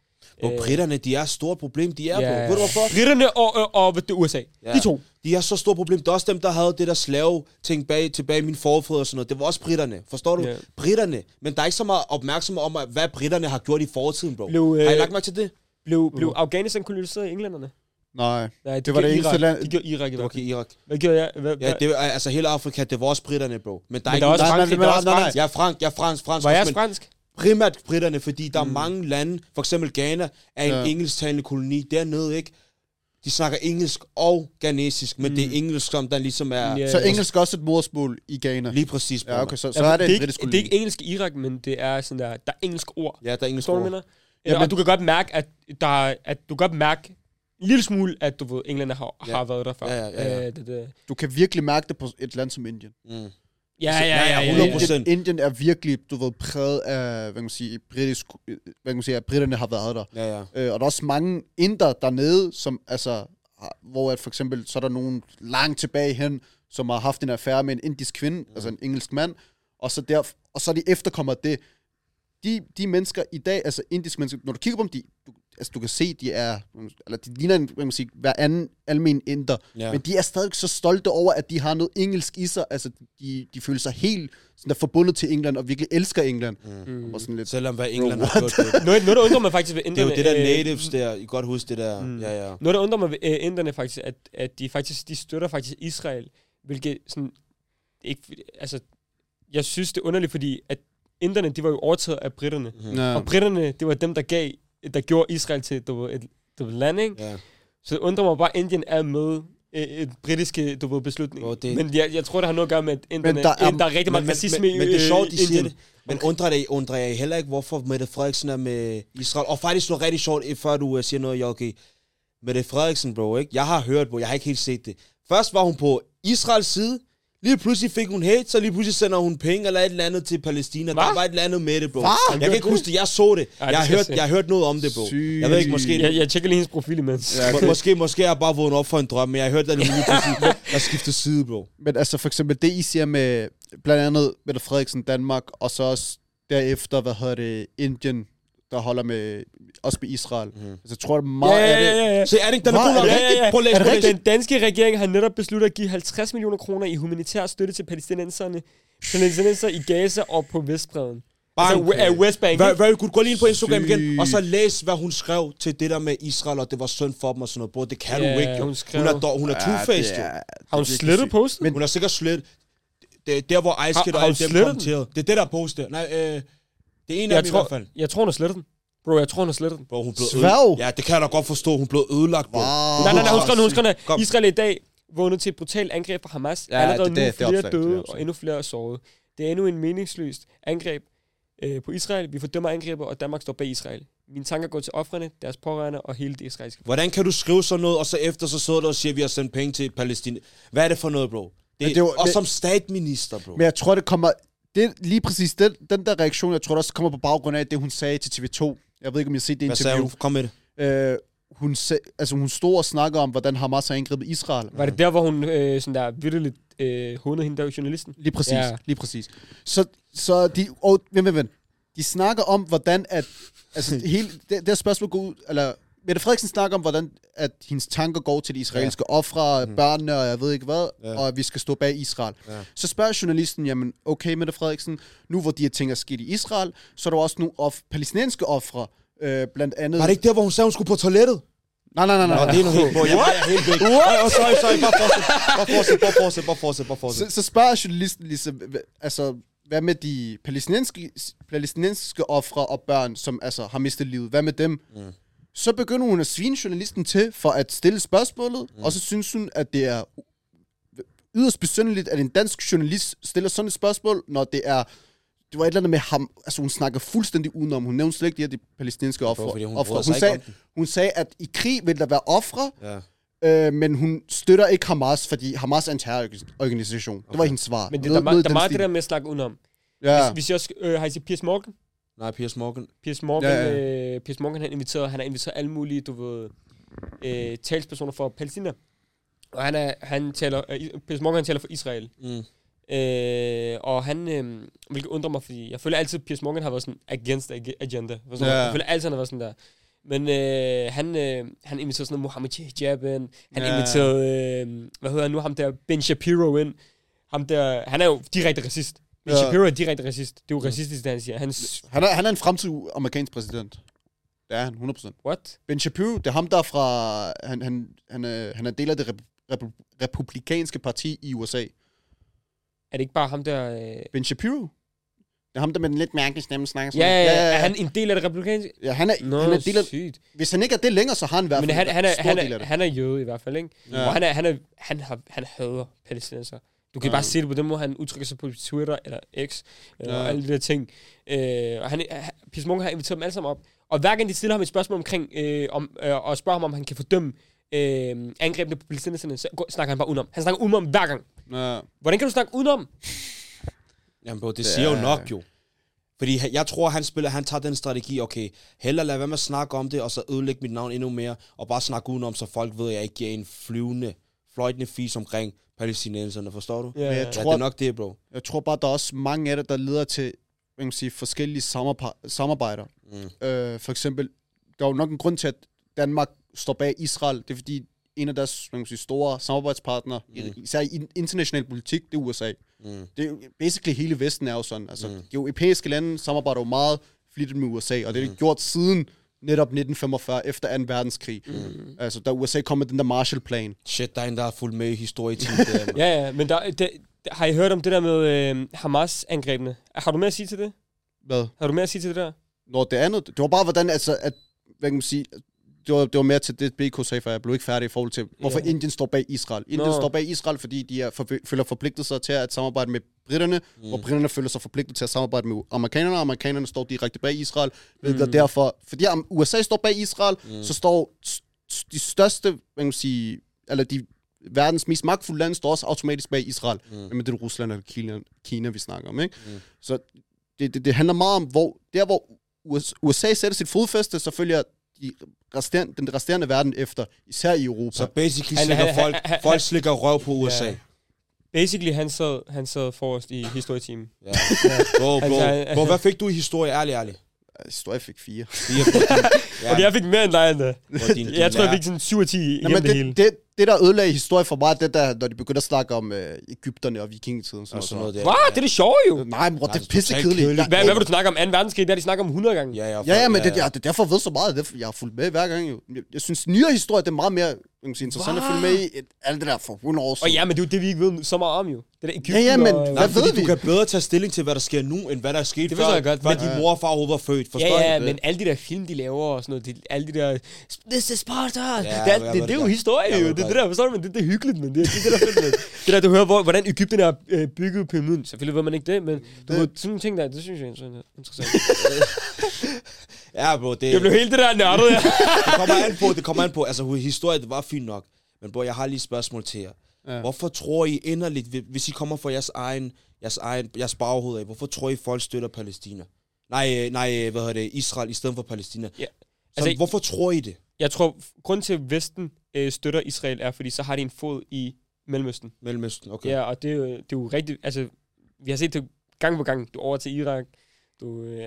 Og britterne, de er et stort problem, de er yeah. på. Ved du hvorfor? Britterne og, og, og det U S A. Ja. De to. De er så stort problem. Det er også dem, der havde det der slave ting bag, tilbage i min forfædre og sådan noget. Det var også britterne. Forstår du? Yeah. Britterne. Men der er ikke så meget opmærksomhed om, hvad britterne har gjort i fortiden, bro. Blev, øh, har I lagt mærke til det? Blev, blev Afghanistan koloniseret af englænderne? Nej. Nej, det, det var det eneste land. De gjorde Irak i hvert fald. Okay, Irak. Hvad gjorde jeg? Hvad, ja, det var, altså hele Afrika, det var også britterne, bro. Men der er men ikke der er også fransk. Jeg er fransk, jeg er fransk, fransk. Var jeg fransk? Primært britterne, fordi der mm. er mange lande, for eksempel Ghana, er en ja. engelsktalende koloni dernede, ikke? De snakker engelsk og ghanesisk, men mm. det er engelsk, som der ligesom er... Yeah. Så engelsk er også et modersmål i Ghana? Lige præcis. Ja, okay, så, så ja, er det, det en britisk koloni. Det er ikke engelsk i Irak, men det er sådan der, der er engelsk ord. Ja, der er engelsk ord. Eller, ja, men, og du kan godt mærke, at, der, at du kan godt mærke en lille smule, at du ved, englænder har, ja. har været der før. Ja, ja, ja, ja. Øh, det, det. Du kan virkelig mærke det på et land som Indien. Mm. Ja, ja, ja, ja, hundrede procent. Indien, Indien er virkelig, du ved, præget af, hvad kan man sige, britisk, hvad kan man sige, at britterne har været der. Ja, ja. Øh, og der er også mange inder dernede, som, altså, hvor at for eksempel, så er der nogen langt tilbage hen, som har haft en affære med en indisk kvinde, mm. altså en engelsk mand, og så, der, og så er de efterkommer det. De, de mennesker i dag, altså indiske mennesker, når du kigger på dem, de, du, altså, du kan se, de er, eller de ligner en, hvad man sige, hver anden almen inder, ja. Men de er stadig så stolte over, at de har noget engelsk i sig, altså de, de føler sig helt sådan der forbundet til England, og virkelig elsker England. Mm. Og sådan lidt, selvom hvad England har gjort det. Noget, noget, der undrer mig faktisk ved inderne... Det er jo det der natives der, I godt huske det der, mm. ja, ja. Noget, der undrer mig ved uh, inderne faktisk, at, at de faktisk, de støtter faktisk Israel, hvilket sådan, ikke, altså, jeg synes det er underligt, fordi at inderne, de var jo overtaget af britterne. Mm. Ja. Og britterne, det var dem, der gav der gjorde Israel til du ved, et, du ved, land, ikke? Ja. Så det undrer mig bare, at Indien er med et britiske du ved, beslutning. Bro, det... Men jeg, jeg tror, det har noget at gøre med, at Indien, der er, der er rigtig meget racisme i men, men, men det er sjovt, de Indien. siger det. Men okay. undrer, det, undrer jeg heller ikke, hvorfor Mette Frederiksen er med Israel. Og faktisk noget rigtig sjovt, før du uh, siger noget, Jokke. Mette Frederiksen, bro, ikke? Jeg har hørt, bro, jeg har ikke helt set det. Først var hun på Israels side. Lige pludselig fik hun hate, så lige pludselig sender hun penge eller et eller andet til Palæstina. Hva? Der var et eller andet med det, bro. Hva? Jeg kan ikke huske det. Jeg så det. Ej, det jeg, har hørt, jeg har hørt noget om det, bro. Syg. Jeg ved ikke, måske... Jeg, jeg tjekker lige hendes profil imens. Ja, okay. måske, måske er jeg bare vågnet op for en drøm, men jeg har hørt, at det lige pludselig har skiftet side, bro. Men altså for eksempel det, I siger med blandt andet Mette Frederiksen, Danmark, og så også derefter, hvad hedder det, Indien, der holder med, også med Israel. Mm. Altså, jeg tror, det er meget ja, ja, af det... Ja, ja, ja. Så er det ikke, den er god nok rigtigt? Prøv at læse, prøv at læse. Den danske regering har netop besluttet at give halvtreds millioner kroner i humanitær støtte til palæstinenserne, palæstinenser i Gaza og på Vestbredden. Altså, af Westbank. Very, very good. Gå lige ind på Instagram igen, og så læs, hvad hun skrev til det der med Israel, og det var synd for dem og sådan noget. Bro, det kan yeah, du ikke, jo. Hun, skrev... hun er, dog, hun er two-faced, jo. Har hun slettet posten? Men hun har sikkert slettet. Det er der, hvor Ice Kid og alle dem kom til. Det er det, der poster. Nej, øh, det er en af dem i hvert fald. Jeg tror, hun har slettet den. Bro, jeg tror, hun har slettet den. Bro, hun blev ødelagt. Ja, det kan jeg da godt forstå. Hun blev ødelagt, bro. Wow. Nej, nej, nej, hun skrev, hun skrev, Israel i dag vågnet til et brutalt angreb fra Hamas. Ja, allerede det, nu det, flere det opslag, døde det og endnu flere sårede. Det er endnu en meningsløst angreb øh, på Israel. Vi fordømmer angrebet, og Danmark står bag Israel. Mine tanker går til ofrene, deres pårørende og hele det israelske. Hvordan kan du skrive sådan noget, og så efter så sidder du og siger, at vi har sendt penge til Palæstina? Hvad er det for noget, bro? Det, det var, og det, som statsminister, bro. Men jeg tror, det kommer... Det, lige præcis den, den der reaktion, jeg tror også kommer på baggrund af det, hun sagde til T V to. Jeg ved ikke, om jeg har set det interview. Hvad sagde hun? Kom med det. Øh, hun, sag, altså, hun stod og snakkede om, hvordan Hamas har angrebet Israel. Var det der, hvor hun øh, sådan der virkelig øh, hundede hende der journalisten? Lige præcis, ja. lige præcis. Så, så de... Og, vent, vent, vent. De snakker om, hvordan at... Altså, hele... Det, det spørgsmål går ud... Eller... Mette Frederiksen snakker om, hvordan at hendes tanker går til de israelske ja. ofre, mm. børnene og jeg ved ikke hvad, ja. og at vi skal stå bag Israel. Ja. Så spørger journalisten, jamen okay Mette Frederiksen, nu hvor de her ting er sket i Israel, så er der også nogle of, palæstinensiske ofre, øh, blandt andet... Var det ikke der, hvor hun sagde, hun skulle på toilettet? Nej, nej, nej, nej. Nå, det er noget helt... Jeg er helt væk. What? Oh, sorry, sorry, bare fortsæt, bare fortsæt, bare fortsæt, bare fortsæt, bare fortsæt. Så, så spørger journalisten ligesom, altså, hvad med de palæstinensiske, palæstinensiske ofre og børn, som altså har mistet livet? Hvad med dem? Mm. Så begynder hun at svine journalisten til for at stille spørgsmålet, mm. og så synes hun, at det er yderst besynderligt, at en dansk journalist stiller sådan et spørgsmål, når det er... Det var et eller andet med ham... Altså, hun snakker fuldstændig udenom. Hun nævnte slet ikke de her de palæstinensiske ofre. Hun, hun, hun, sagde, hun sagde, at i krig vil der være ofre, ja. øh, men hun støtter ikke Hamas, fordi Hamas er en terrororganisation. Okay. Det var hendes svar. Men det, noget, der, noget der er meget det der med at snakke udenom. Ja. Hvis, hvis jeg også... Øh, har I set Piers Morgan? Nej, Piers Morgan. Piers Morgan, ja, ja. Øh, Piers Morgan han inviteret, han har inviteret alle mulige, du ved, øh, talspersoner for Palæstina. Og han er, han taler, øh, Piers Morgan taler for Israel. Mm. Øh, og han, øh, hvilket undrer mig, fordi jeg føler altid, at Piers Morgan har været sådan against agenda. Sådan, ja. Jeg føler altid, han har været sådan der. Men øh, han, øh, han inviterede sådan noget Mohammed Hijab ind. Han ja. inviterede, øh, hvad hedder han nu, ham der Ben Shapiro ind. Ham der, han er jo direkte racist. Ben ja. Shapiro er direkte racist. Det er jo racistisk, det han siger. Han, han, er, han er en fremtidig amerikansk præsident. Det er han, hundrede procent. What? Ben Shapiro, det er ham der fra... Han, han, han, er, han er del af det rep, republikanske parti i U S A. Er det ikke bare ham der... Øh... Ben Shapiro? Det er ham der med den lidt mærkelige stemme snakker sådan. Ja, ja, ja, ja. Er han en del af det republikanske? Ja, han er, Nå, han er del af... Sygt. Hvis han ikke er det længere, så har han i hvert fald... Men han, han, er, han, er, han er jøde i hvert fald, ikke? Ja. Og han, er, han, er, han, har, han hader palæstinenser. Du kan ja. bare se det på den måde, han udtrykker sig på Twitter eller X, ja. og alle de der ting. Øh, og han, Piers Morgan har inviteret dem alle sammen op. Og hver gang de stiller ham et spørgsmål omkring, øh, om, øh, og spørger ham, om han kan fordømme øh, angrebene på palæstinenserne, så snakker han bare udenom. Han snakker udenom hver gang. Ja. Hvordan kan du snakke udenom? Jamen bro, det, det siger jo nok jo. Fordi jeg tror, han spiller, han tager den strategi, okay, hellere lad være med at snakke om det, og så ødelægge mit navn endnu mere, og bare snakke udenom, så folk ved, at jeg ikke giver en flyvende, fløjtende fis omkring palæstinenserne, forstår du? Ja, jeg ja, tror, det er nok det, bro. Jeg tror bare, der er også mange af det, der leder til, hvad kan man sige, forskellige samarbejder. Mm. Øh, for eksempel, der er jo nok en grund til, at Danmark står bag Israel. Det er fordi, en af deres, hvad kan man sige, store samarbejdspartnere, mm. især i international politik, det er U S A. Mm. Det er jo, basically hele Vesten er jo sådan. Altså, mm. de europæiske lande samarbejder jo meget flittigt med U S A, og det er mm. gjort siden netop nitten femogfyrre, efter anden verdenskrig. Mm. Altså, da U S A kom med den der Marshall-plan. Shit, der er en, der er fuldt med i historietiden. ja, ja, men der, der, der, har I hørt om det der med øh, Hamas-angrebene? Har du mere at sige til det? Hvad? Har du mere at sige til det der? Nå, det andet, det var bare, hvordan, altså, at hvad kan man sige, det var, det var mere til det, B K sagde, for jeg blev ikke færdig i forhold til, hvorfor yeah. Indien står bag Israel. Indien no. står bag Israel, fordi de er for, føler forpligtet sig til at samarbejde med britterne, mm. hvor britterne føler sig forpligtet til at samarbejde med amerikanerne, og amerikanerne står direkte bag Israel. Mm. Og derfor, fordi U S A står bag Israel, mm. så står de største, hvad kan man sige, eller de verdens mest magtfulde lande står også automatisk bag Israel. Mm. Men det er Rusland eller Kina, Kina vi snakker om, ikke? Mm. Så det, det, det handler meget om, hvor der hvor U S A sætter sit fodfæste, så følger de resterende, den resterende verden efter, især i Europa. Så basically slikker folk, folk slikker røv på U S A. Yeah. Basically, han sad, han sad forrest i historietimen. Ja. Bro, bro, bro, hvad fik du i historie? Ærlig, ærlig. Historie fik fire. fire ja. Og jeg fik mere end dig end det. Din, din jeg tror, jeg fik sådan syv og ti i det, det hele. Det, det, der ødelagde historie for mig, det der, når de begynder at snakke om øh, Egypterne og vikingetiden. Sådan sådan noget. Hvad? Det er det sjove jo. Nej, bror, det er pissekedeligt. Hvad, hvad vil du snakke om? anden verdenskrig, det har de snakket om hundrede gange. Ja, ja, ja, ja men det, ja, det er derfor, jeg ved så meget. Det, jeg har fulgt med hver gang jo. Jeg, jeg synes, nyere historie, det er meget mere sige, interessant at følge med i et, alt det der for hundrede år siden. Og ja, men det er jo det, vi ikke ved så meget om jo. Det der Egypten. Ja, ja, men og, hvad nej, ved vi? Du kan bedre tage stilling til, hvad der sker nu, end hvad der er sket før. Det godt. Hvad din mor og far overhovedet var født. Forstår ja, ja, det? Men alle de der film, de laver og sådan noget, de, alle de der, this is Sparta, ja, det, det, det, det er jo historie jo. Det er det der, forstår du, men det, det er hyggeligt, men det, det, det der fedt, men. Det der, du hører, hvor, hvordan Egypten er øh, bygget pyramiden. Selvfølgelig ved man ikke det, men du ved, sådan nogle ting der, det synes jeg er interessant. Ja, bro, det... Jeg blev helt det der nørdet, ja. Det kommer an på, det kommer an på, altså historie, det var fint nok. Men bro, jeg har lige et spørgsmål til jer. Ja. Hvorfor tror I inderligt, hvis I kommer fra jeres egen, jeres egen, jeres baghoved af, hvorfor tror I, folk støtter Palæstina? Nej, nej, hvad hedder det, Israel i stedet for Palæstina. Ja. Så altså, hvorfor tror I det? Jeg tror, grund til, at Vesten øh, støtter Israel, er, fordi så har de en fod i Mellemøsten. Mellemøsten, okay. Ja, og det er jo, det er jo rigtigt, altså, vi har set det gang på gang. Du over til Irak, du... Øh,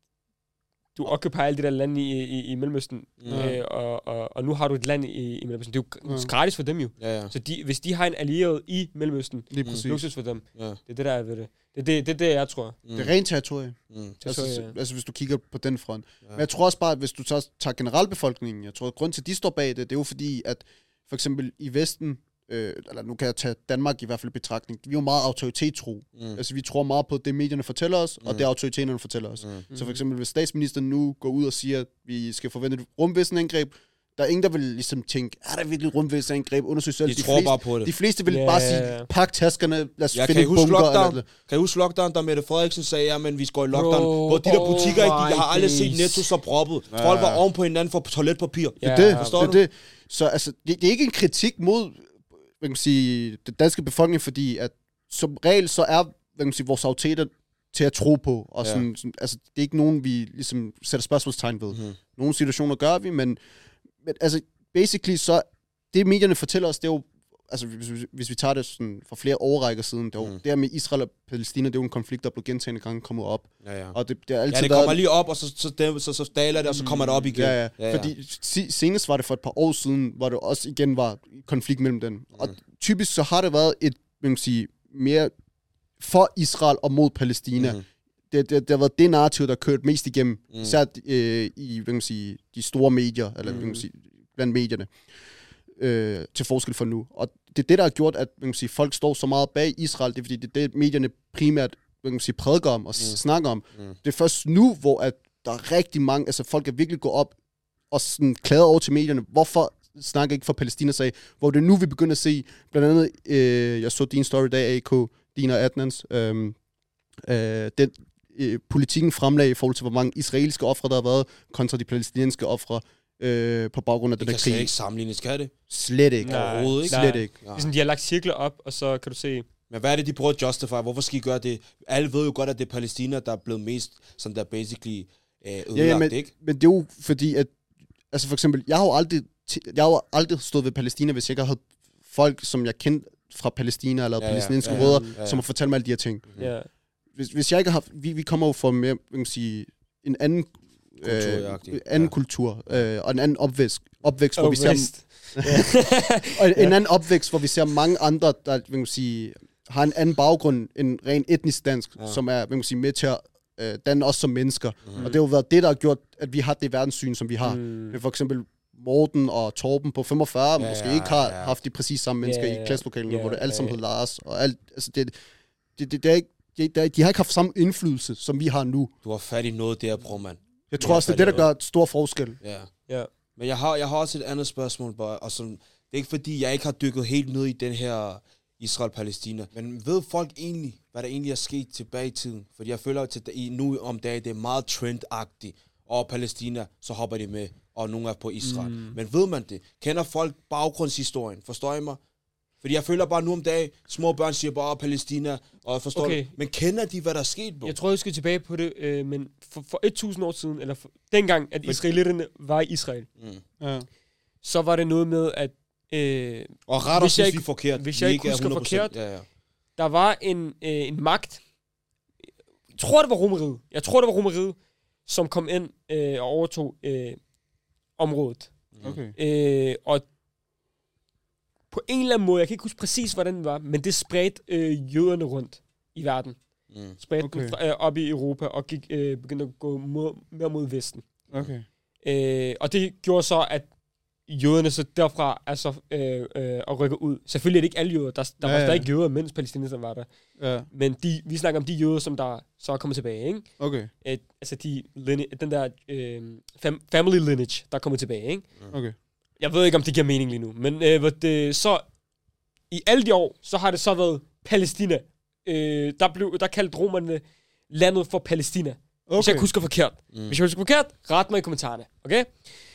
Du occuperer alle de der lande i, i, i Mellemøsten, mm. øh, og, og, og nu har du et land i, i Mellemøsten. Det er jo mm. gratis for dem jo. Ja, ja. Så de, hvis de har en allieret i Mellemøsten, det er luksus for dem. Ja. Det er det, der er ved det. Det er det, det, det, jeg tror. Mm. Det er rent territorie. Mm. Altså, ja. altså, hvis du kigger på den front. Ja. Men jeg tror også bare, at hvis du tager, tager generalbefolkningen, jeg tror, at grund til, at de står bag det, det er jo fordi, at for eksempel i Vesten, Øh, eller nu kan jeg tage Danmark i hvert fald i betragtning. Vi er jo meget autoritetstro. Mm. Altså vi tror meget på det, medierne fortæller os, mm. og det autoriteterne fortæller os. Mm. Så for eksempel, hvis statsministeren nu går ud og siger, at vi skal forvente et rumvæsenangreb, der er ingen, der vil ligesom tænke, er der virkelig et rumvæsenangreb? Undersøg selv. De, de tror fleste, bare på det. De fleste vil yeah. bare sige, pak taskerne, lad os ja, finde et bunker. Lockdown? Eller, kan I huske lockdown, der Mette Frederiksen sagde, ja, men vi skal i lockdown. Bro, hvor de der butikker, oh, jeg har aldrig set Netto så proppet. Ja. Folk var oven på hinanden for toiletpapir. Ja, det, det, forstår det, du? Det. Så altså, det, det er ikke en kritik mod hvad kan man sige, den danske befolkning, fordi at som regel så er hvad kan man sige, vores autoriteter til at tro på, og sådan, ja. sådan, altså det er ikke nogen, vi ligesom sætter spørgsmålstegn ved. Mm-hmm. Nogle situationer gør vi, men, men altså basically så, det medierne fortæller os, det er jo, altså hvis, hvis vi tager det sådan for flere årrækker siden, det, var, mm. det her med Israel og Palæstina, det er jo en konflikt, der blev gentagende gange kommet op. Ja, ja. Og det, det, altid ja, det kommer været, lige op, og så, så, så, så, så daler det, og så kommer det op igen. Ja, ja. ja, ja. Fordi senest var det for et par år siden, hvor det også igen var konflikt mellem dem. Mm. Og typisk så har det været et, hvad man sige, mere for Israel og mod Palæstina. Mm. Det, det, det har været det narrativ, der har kørt mest igennem, mm. især øh, i, hvad man sige, de store medier, eller mm. hvad man sige, blandt medierne. Øh, til forskel for nu. Og det er det, der har gjort, at man kan sige, folk står så meget bag Israel, det er fordi, det er det, medierne primært man kan sige, prædiker om og mm. snakker om. Mm. Det er først nu, hvor at der er rigtig mange, altså folk er virkelig gået op og sådan klaget over til medierne, hvorfor snakker ikke for Palæstinas sag, hvor det er nu, vi begynder at se, blandt andet, øh, jeg så din story dag, A K, din og Adnans, øh, øh, den øh, politikken fremlag i forhold til, hvor mange israelske ofre, der har været, kontra de palæstinensiske ofre, Øh, på baggrund af den der krig. Det kan slet ikke sammenlignes, kan det? Slet ikke. Nej, overhovedet ikke. Slet ikke. Ja. De har lagt cirkler op, og så kan du se... Men hvad er det, de prøver at justify? Hvorfor skal I gøre det? Alle ved jo godt, at det er Palæstina, der er blevet mest, sådan der basically øh, ødelagt, ja, ja, men, ikke? Men det er jo fordi, at... Altså for eksempel, jeg har jo aldrig, jeg har jo aldrig stået ved Palæstina, hvis jeg ikke havde folk, som jeg kendte fra Palæstina, eller ja, palæstinensiske ja, ja, rødder, ja, ja. som har fortalt mig alle de her ting. Ja. Hvis, hvis jeg ikke har... Vi, vi kommer jo fra mere, man kan sige, en anden... Øh, anden ja. kultur øh, og en anden opvækst, opvækst hvor vi ser og en, en anden opvækst, hvor vi ser mange andre, der vil man sige, har en anden baggrund end ren etnisk dansk, ja. som er vil man sige, med til at øh, danne os som mennesker. Mm. Og det har jo været det, der har gjort, at vi har det verdenssyn, som vi har. Mm. For eksempel Morten og Torben på femogfyrre, ja, måske ja, ikke har ja. haft de præcis samme mennesker ja, ja. i klasselokalen, ja, hvor det alle sammen ja, ja. hed Lars. Og alt, altså det, det, det, det er ikke, det, de har ikke haft samme indflydelse, som vi har nu. Du har fat i noget der, bror, mand. Jeg tror også, det er det, der gør et stor forskel. Ja. Ja. Men jeg har, jeg har også et andet spørgsmål, bare, og som, det er ikke fordi, jeg ikke har dykket helt ned i den her Israel-Palæstina, men ved folk egentlig, hvad der egentlig er sket tilbage i tiden? Fordi jeg føler, at nu om dagen, det er meget trendagtigt, og Palæstina, så hopper de med, og nogle er på Israel. Mm. Men ved man det? Kender folk baggrundshistorien? Forstår I mig? Fordi jeg føler bare nu om dagen, små børn siger bare Palæstina, og forstår okay. Men kender de, hvad der er sket, bro? Jeg tror, jeg skal tilbage på det, øh, men for, for tusind år siden, eller for, dengang, at israelitterne var i Israel, mm. ja. så var det noget med, at øh, og ret os, hvis vi er forkert. Hvis jeg ikke husker forkert, ja, ja. der var en, øh, en magt, jeg tror, det var Romeriet, jeg tror, det var Romeriet, som kom ind øh, og overtog øh, området. Okay. Øh, og på en eller anden måde, jeg kan ikke huske præcis, hvordan det var, men det spredte øh, jøderne rundt i verden. Mm. Spredte okay. dem fra, øh, op i Europa og gik, øh, begyndte at gå mod, mere mod Vesten. Okay. Øh, og det gjorde så, at jøderne så derfra altså øh, øh, at rykke ud. Selvfølgelig er det ikke alle jøder. Der, der ja, var stadig ja. jøder, mens palæstinenserne var der. Ja. Men de, vi snakker om de jøder, som der så er kommet tilbage, ikke? Okay. Et, altså de, den der øh, fam, family lineage, der er kommet tilbage, ikke? Okay. Jeg ved ikke, om det giver mening lige nu, men øh, det, så i alle de år, så har det så været Palæstina. Øh, der blev der kaldte romerne landet for Palæstina. Okay. Hvis jeg husker forkert. Mm. Hvis jeg husker forkert, ret mig i kommentarerne, okay?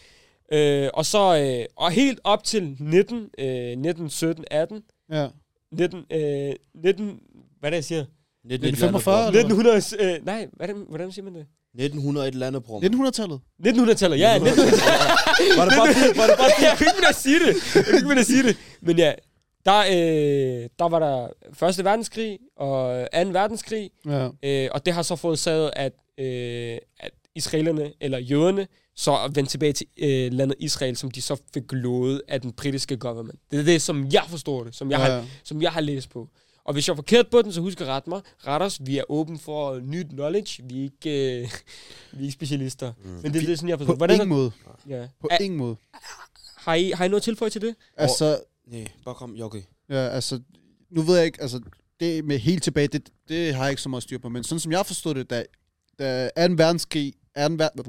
Øh, og så øh, og helt op til nitten, øh, nitten, sytten, atten. Ja. nitten, øh, nitten, hvad er det, jeg siger? nitten femogfyrre nitten hundrede, øh, nej, hvad er det, hvordan siger man det? nitten hundrede et eller andet, bror. nitten hundrede-tallet? nitten hundrede-tallet, ja. nitten hundrede-tallet. Var det bare det? Var det bare det? Jeg kunne ikke med at sige det. Jeg kunne ikke med at sige det. Men ja, der, øh, der var der første verdenskrig og anden verdenskrig. Ja. Øh, og det har så forårsaget, at, øh, at israelerne, eller jøderne, så vendte tilbage til øh, landet Israel, som de så fik lovet af den britiske government. Det er det, som jeg forstår det, som jeg, ja, ja. Har, som jeg har læst på. Og hvis jeg er forkert på den, så husk at rette mig. Ret os, vi er åben for nyt knowledge. Vi er ikke, øh, vi er ikke specialister. Mm. Men det er det, sådan jeg forstår. På Hvordan ingen måde. Ja. På A- ingen måde. Har I, har I noget tilføje til det? Altså... Nej, bare kom, Jokke. Ja, altså... Nu ved jeg ikke, altså... Det med helt tilbage, det, det har jeg ikke så meget styr på. Men sådan som jeg forstod det, da, da anden verdenskrig... anden, ver-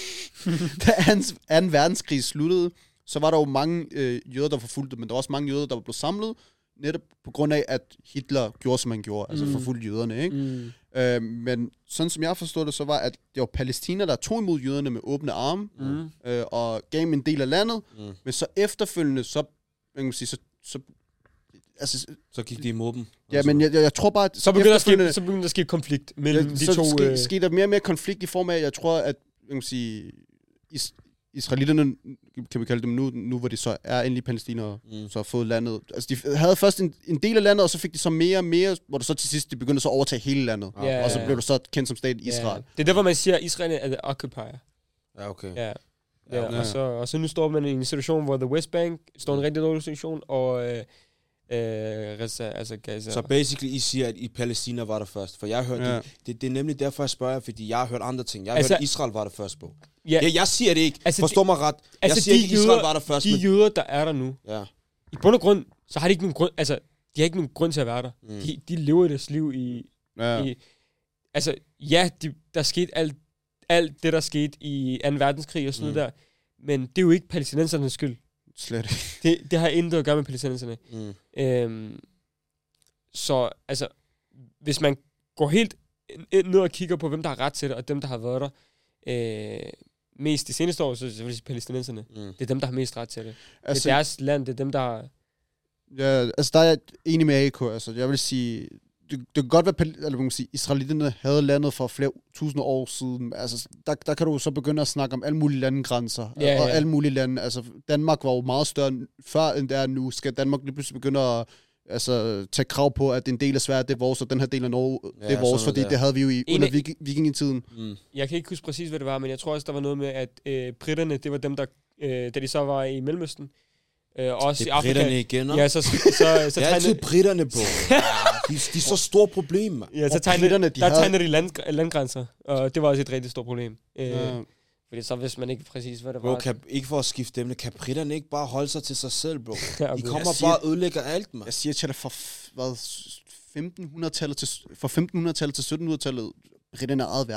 da anden, anden verdenskrig sluttede, så var der jo mange øh, jøder, der forfulgte, men der var også mange jøder, der var blevet samlet, netop på grund af, at Hitler gjorde, som han gjorde, mm. altså forfulgte jøderne, ikke? Mm. Øh, men sådan som jeg forstod det, så var, at det var Palæstina, der tog imod jøderne med åbne arme, mm. øh, og gav dem en del af landet, mm. men så efterfølgende, så, jeg kan sige, så, så altså, så gik de imod dem. Ja, men jeg, jeg, jeg tror bare, at så begyndte der ske, så begyndte der ske konflikt mellem ja, de så to. Så øh... skete der mere og mere konflikt i form af, jeg tror, at jeg kan sige, is, israelitterne, kan vi kalde dem nu, nu hvor de så er endelig palæstinere, mm. så har fået landet. Altså, de havde først en, en del af landet, og så fik de så mere og mere, hvor det så til sidst, de begyndte så at overtage hele landet. Ja, og så blev det så kendt som stat Israel. Ja. Det er derfor, man siger, at Israel er the occupier. Ja, okay. Ja. Ja, okay. Og, så, og så nu står man i en situation, hvor The West Bank står i en rigtig dårlig situation, og... Øh, Øh, Gaza, altså Gaza. Så basically I siger, at i Palæstina var der først. For jeg har hørt, ja. det, det, det er nemlig derfor, jeg spørger, fordi jeg har hørt andre ting. Jeg har altså, hørt, at Israel var der først på. Ja, jeg, jeg siger det ikke. Altså, Forstår mig ret. Jeg altså, siger ikke, at Israel jøder, var der først. De men... jøder, der er der nu, ja. i bund og grund, så har de ikke nogen grund, altså, de har ikke nogen grund til at være der. Mm. De, de lever deres liv i... Ja. i altså, ja, de, der skete alt, alt det, der skete i anden verdenskrig og sådan mm. noget der, men det er jo ikke palæstinensernes skyld. Slet ikke. Det, det har intet at gøre med palæstinenserne. Mm. Øhm, så altså, hvis man går helt ned og kigger på, hvem der har ret til det, og dem, der har været der øh, mest de seneste år, så er det selvfølgelig palæstinenserne. Mm. Det er dem, der har mest ret til det. Altså, det er deres land, det er dem, der har... Ja, altså der er jeg enig med A K. Altså, jeg vil sige... Det, det kan godt være, eller man kan sige, israelitterne havde landet for flere tusind år siden. Altså, der, der kan du så begynde at snakke om alle mulige landegrænser. Ja, ja. Og alle mulige lande. Altså, Danmark var jo meget større før, end det er nu. Skal Danmark lige pludselig begynde at altså, tage krav på, at en del af Sverige, det er vores, og den her del af Norge, ja, det er vores, fordi det, det havde vi jo i, under vik- vikingetiden. Mm. Jeg kan ikke huske præcis, hvad det var, men jeg tror også, der var noget med, at øh, britterne, det var dem, der, øh, da de så var i Mellemøsten, øh, også det i Afrika. Britterne igen, ja, så, så, så, så, så det er altid britterne på. De, de er så store problemer. Ja, så tegnede, de der havde... tegnede de land, landgrænser, og det var også et rigtig stort problem. Ja. Øh, fordi så vidste man ikke præcis, hvad det bro, var. Kan, ikke for at skifte dem, kan britterne ikke bare holde sig til sig selv, bro? Ja, okay. De kommer siger, bare og ødelægger alt, man. Jeg siger til dig, for hvad, femten hundrede-tallet til, fra femten hundrede-tallet til sytten hundrede-tallet, britterne ejede verden.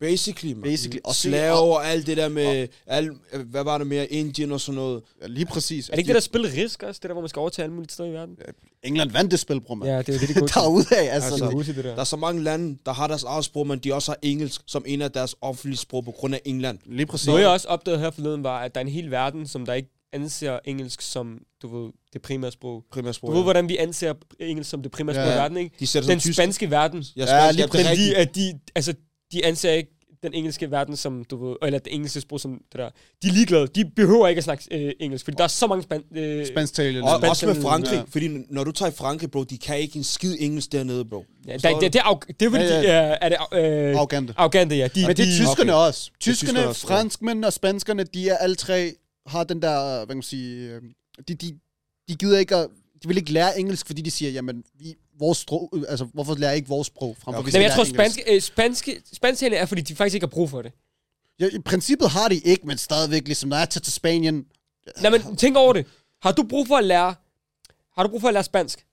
Basically, man. Basically. Og slave og alt det der med, al, hvad var det mere, Indien og sådan noget. Ja, lige præcis. Er det ikke det, der spiller risk også? Det der, hvor man skal overtage alle mulige steder i verden? England vandt det spil, bror, man. Ja, det er jo det, de går til. Derudad, altså. Altså, altså det der. Der er så mange lande, der har deres eget sprog, men de også har engelsk som en af deres offentlige sprog på grund af England. Lige præcis. Noget jeg også opdagede her forleden var, at der er en hel verden, som der ikke anser engelsk som, du ved, det primære sprog. Primære sprog, Du ved, hvordan vi anser engelsk som det primære Ja, sprog i ja. verden, ikke? De sætter Den som tysk. spanske verden. Ja, Ja, spansk, lige ja, det er Men de, rigtigt. at de, altså, de anser ikke den engelske verden som, du ved, eller det engelske sprog som det der. De er ligeglade. De behøver ikke at snakke øh, engelsk, fordi der er så mange span, øh, Spansktalende. Og, Spansk- også med Frankrig, Ja. fordi når du tager i Frankrig, bro, de kan ikke en skid engelsk dernede, bro. Ja, Forstår der, det, det, er, af- det er fordi, Ja, ja, ja. ja. er det øh, Arrogante. arrogante, ja. De, Men det er de, tyskerne okay. også. Tyskerne, tyskerne også, ja. franskmænd og spanskerne, de er alle tre, har den der, hvad kan man sige, øh, de, de, de gider ikke at, de vil ikke lære engelsk, fordi de siger, jamen, vi, vores sprog, altså, hvorfor lærer I ikke vores sprog? Frem for, Okay. vi Nej, skal men jeg lære tror, engelsk? spanske, øh, spanske, spansktalende er, fordi de faktisk ikke har brug for det. Ja, i princippet har de ikke, men stadigvæk, ligesom, når jeg tager til Spanien, Nej, men tænk over det. Har du brug for at lære, har du brug for at lære spansk?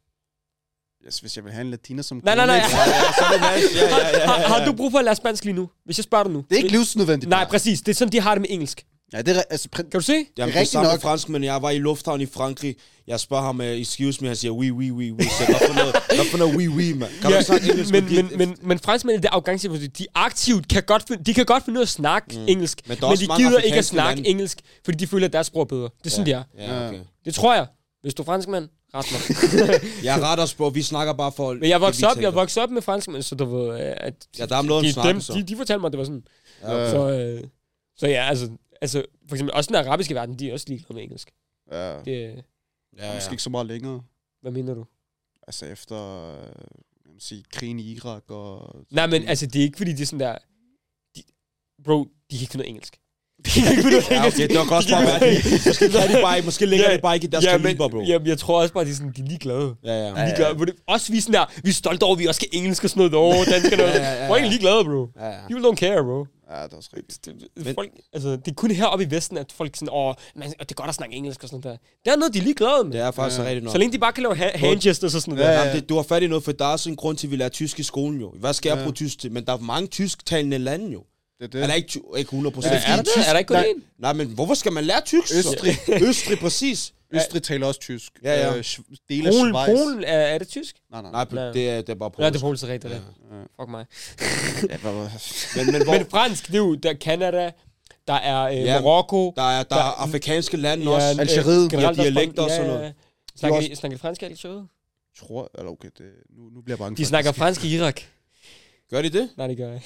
yes, hvis jeg vil have en latina som Nej, nej, nej. kone, Ja, ja, så er det nice. Ja, ja, ja, ja, Har, ja. har du brug for at lære spansk lige nu? Hvis jeg spørger dig nu. Det er ikke livsnødvendigt. Nej, præcis. Det er sådan, de har det med engelsk. Ja, det er, altså, prin- Kan du se? Jamen, det er rigtigt samme nok. med fransk, men jeg var i lufthavn i Frankrig. Jeg spørger ham, uh, excuse me, han siger, oui, oui, oui, oui. Så hvad for noget, hvad for noget oui, oui, man? Kan Ja, du snakke engelsk? men, med de- men, men, men franskmændene, det er arrogance, fordi de aktivt kan godt finde, de kan godt finde ud af at snakke mm. engelsk, Men men, der er men også de mange gider ikke at afrikanske snakke lande. engelsk, fordi de føler, at deres sprog er bedre. Det er sådan, ja. de er. Ja, okay. Det tror jeg. Hvis du er franskmand, ret mig. Jeg er ret også på, vi snakker bare for... Men jeg voksede det, vi op, jeg tænker. voksede op med franskmænd, så du ved, øh, at Ja, der er noget de, at snakke, dem, så. de, de fortalte mig, at det var sådan. Ja. Så, øh, så ja, altså, altså, for eksempel også den arabiske verden, de er også ligeglade med engelsk. ja, Det, øh, Ja, ja. måske ikke så meget længere. hvad mener du? Altså efter, øh, jeg vil sige, krigen i Irak og... Nej, men altså, det er ikke fordi, de er sådan der... De, bro, de kan ikke finde noget engelsk. De kan ikke finde noget Ja, engelsk. okay, det var godt bare være. Måske er de bare, måske ligger Ja, det bare ikke i deres ja, kaliber, bro. men, ja, jeg tror også bare, de er, sådan, de er ligeglade. Ja, ja. De er ligeglade. Hvor det, også vi er sådan der, vi er stolte over, at vi også skal engelsk og sådan noget. Åh, danskerne. Ja, ja, ja, Hvor er ikke ligeglade, bro? Ja, ja. People don't care, bro. Ja, det er også rigtigt. Det, Men- folk, altså, det er kun heroppe i Vesten, at folk sådan, åh, man, det er godt at snakke engelsk og sådan der. Det er noget, de er ligeglade med. Det er faktisk Ja. rigtigt nok. Så længe de bare kan lave ha- handgestures og sådan noget. Ja, der. ja. Jamen, det, du har fat i noget, for der er også en grund til, at vi lærer tysk i skolen, jo. Hvad skal jeg Ja. bruge tysk til? Men der er mange tysktalende lande, jo. Det er det. Er der ikke, ty- ikke hundrede procent? Ja, er der det? Er der ikke kun Nej. én? Nej, men hvorfor skal man lære tysk? så? Østrig. Østrig, præcis. Østrig taler også tysk. Ja, ja. Øh, Sch- dele af Polen, Schweiz. Polen, er, er det tysk? Nej, nej. Nej, Nej. det er, det er bare Ja, det er polsk. polsk rigtigt, det. Ja. Fuck mig. Ja, hvad- Men, men hvor, Men fransk, det er jo, der er Canada, der er øh, Ja, Marokko. der er, der der- er afrikanske lande ja, også. øh, Algeriet, generelt de har også dialekter og fransk- sådan ja, noget. ja. Snakker, De de, snakker de fransk i Algeriet? tror, eller okay, det, nu, nu bliver jeg bange. De faktisk. snakker fransk i Irak. Gør de det? Nej, det gør jeg.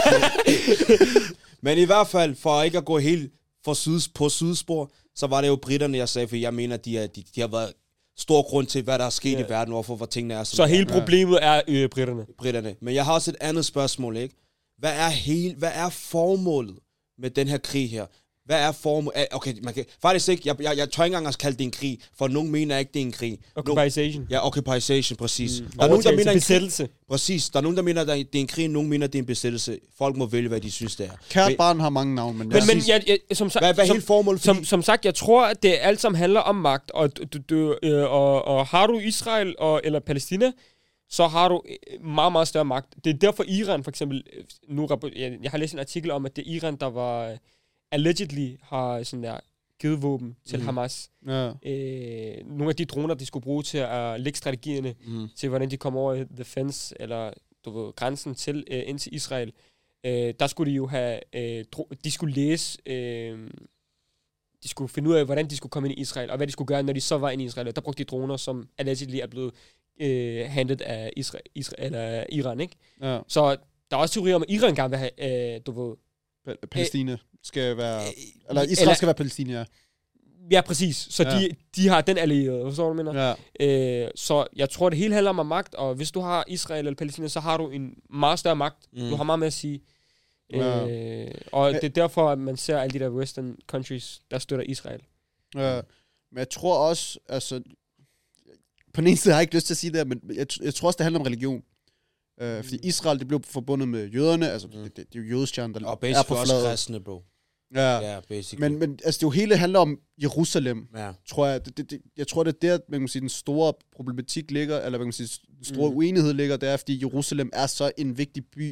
Men i hvert fald, for ikke at gå helt for syds, på sydspor, så var det jo britterne, jeg sagde, for jeg mener, de, er, de, de har været stor grund til, hvad der er sket Ja. i verden, hvorfor hvor tingene er, som Så de er. hele problemet er øh, britterne. Britterne. Men jeg har også et andet spørgsmål, ikke? Hvad er, hele, hvad er formålet med den her krig her? Hvad er formålet? Okay, man kan faktisk ikke, jeg, jeg, jeg tør ikke engang at kalde det en krig, for nogen mener ikke, det er en krig. Occupation. Ja, occupation, præcis. Mm. Der er nogen, der mener, en krig, besættelse. præcis. Der er nogen, der mener, at det er en krig, nogen mener, det er en besættelse. Folk må vælge, hvad de synes, det er. Kært Men- barn har mange navne, men, Men, men præcis. jeg, jeg, som, sagt, Hvad, hvad er som, hele formålet? som, Fordi, som sagt, jeg tror, at det alt sammen handler om magt. Og, du, du, øh, og, og har du Israel og, eller Palæstina, så har du øh, meget, meget større magt. Det er derfor Iran for eksempel, øh, nu, jeg, jeg har læst en artikel om, at det er Iran, der var øh, allegedly har sådan der givet våben til Mhm. Hamas. Ja. Øh, nogle af de droner, de skulle bruge til at lægge strategierne mm, til, hvordan de kom over the fence, eller du ved, grænsen til, øh, ind til Israel. Øh, der skulle de jo have, øh, dro- de skulle læse, øh, de skulle finde ud af, hvordan de skulle komme ind i Israel, og hvad de skulle gøre, når de så var inde i Israel. Og der brugte de droner, som allegedly er blevet øh, handlet af Israel, Israel, eller Iran, ikke? Ja. Så der er også teorier om, at Iran gerne vil have, øh, du ved... Pa- Palæstina skal være... Øh, Eller Israel eller- skal være Palæstina, ja. Ja, præcis. Så Ja. de, de har den allierede, forstår du, hvad jeg mener? Ja. Øh, så jeg tror, det hele handler om magt, og hvis du har Israel eller Palæstina, så har du en meget større magt. Mm. Du har meget mere at sige. Ja. Øh, og det er derfor, at man ser alle de der western countries, der støtter Israel. Ja. Men jeg tror også, altså... På den ene side har jeg ikke lyst til at sige det her, men jeg, jeg tror også, det handler om religion. Uh, fordi Israel, det blev forbundet med jøderne, altså mm. det, det, det er jo jødestjernen, der og er basically på også flaget. kristne, bro. Ja. Ja, basically. Men, men altså, det jo hele handler om Jerusalem, ja. tror jeg. Det, det, det, jeg tror, det er der, man kan sige, den store problematik ligger, eller man kan sige, den store Mm. mm. uenighed ligger, det er, fordi Jerusalem er så en vigtig by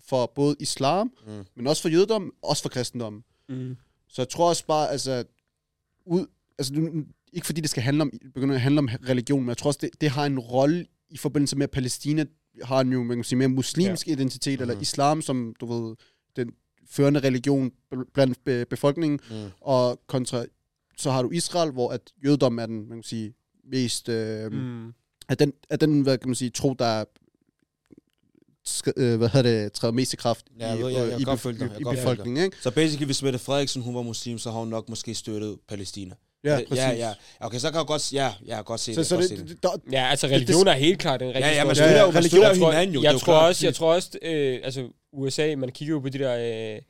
for både islam, Mm. men også for jødedom, også for kristendommen. Mm. Så jeg tror også bare, altså, ud, altså nu, ikke fordi det skal handle om, begynde at handle om religion, men jeg tror også, det, det har en rolle i forbindelse med, at Palæstina har en jo, man kan sige, mere muslimsk ja. identitet, mm-hmm. eller islam, som, du ved, den førende religion blandt be- befolkningen, mm. og kontra, så har du Israel, hvor at jødedom er den, man kan sige, mest, øh, mm. er den, er den, hvad kan man sige, tro, der er, øh, hvad hedder det, træder mest i kraft ja, i, jeg, jeg, jeg i, bef- i, jeg i befolkningen, ikke? Så basically, hvis Mette Frederiksen, hun var muslim, så har hun nok måske støttet Palæstina. Ja, præcis. Ja, ja. Okay, så kan jeg godt, ja, jeg kan godt se så, det. Så godt det, se det. Der, ja, altså religion er helt klart en rigtig ja, ja, man stor... støtter jo, ja, man støtter jo jeg hinanden jo. Jeg, det tror klart. også, jeg tror også, øh, altså U S A, man kigger jo på de der... Øh,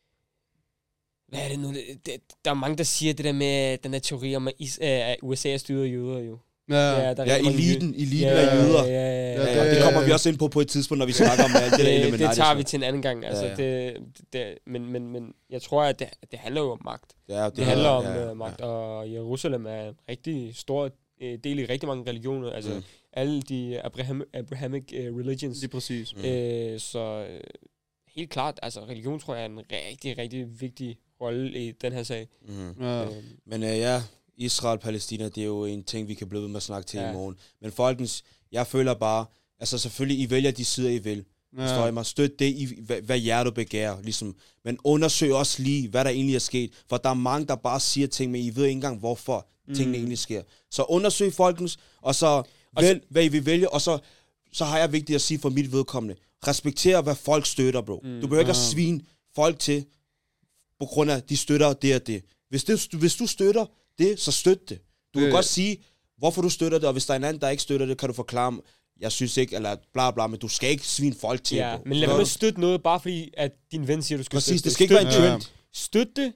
hvad er det nu? Det, det, der er mange, der siger det der med den her teori om, at is, øh, U S A er styret af jøder jo. Ja, ja, der er ja eliten, eliten ja, af jøder. Ja, ja, ja, ja, ja, det kommer vi også ind på på et tidspunkt, når vi snakker om alt det der Illuminati. Det tager vi til en anden gang. Altså, ja, ja. Det, det, men, men, men jeg tror, at det, det handler jo om magt. Ja, det, det handler om ja, ja, magt, og Jerusalem er en rigtig stor del i rigtig mange religioner. Altså mm. alle de Abraham, Abrahamic uh, religions. Det er præcis. Mm. Øh, så øh, helt klart, altså religion tror jeg er en rigtig, rigtig vigtig rolle i den her sag. Mm. Ja. Øh, men øh, ja... Israel, Palæstina, det er jo en ting, vi kan blive ved med at snakke til ja. i morgen. Men folkens, jeg føler bare, altså selvfølgelig, I vælger de sider, I vil. Ja. Forstår I mig? Støt det, I, hvad, hvad hjertet begærer, ligesom. Men undersøg også lige, hvad der egentlig er sket. For der er mange, der bare siger ting, men I ved ikke engang, hvorfor mm. tingene egentlig sker. Så undersøg folkens, og så vælg, hvad I vil vælge, og så, så har jeg vigtigt at sige for mit vedkommende. Respekter, hvad folk støtter, bro. Mm. Du behøver ikke ja. at svine folk til, på grund af, de støtter det og det. Hvis, det, hvis du støtter det, så støt det. Du kan øh. godt sige, hvorfor du støtter det, og hvis der er en anden, der ikke støtter det, kan du forklare, jeg synes ikke, eller bla bla, men du skal ikke svine folk til. Ja, men lad mig med støtte noget, bare fordi, at din ven siger, du skal Præcis, støtte det. skal ikke være en trend. Ja. Støt det,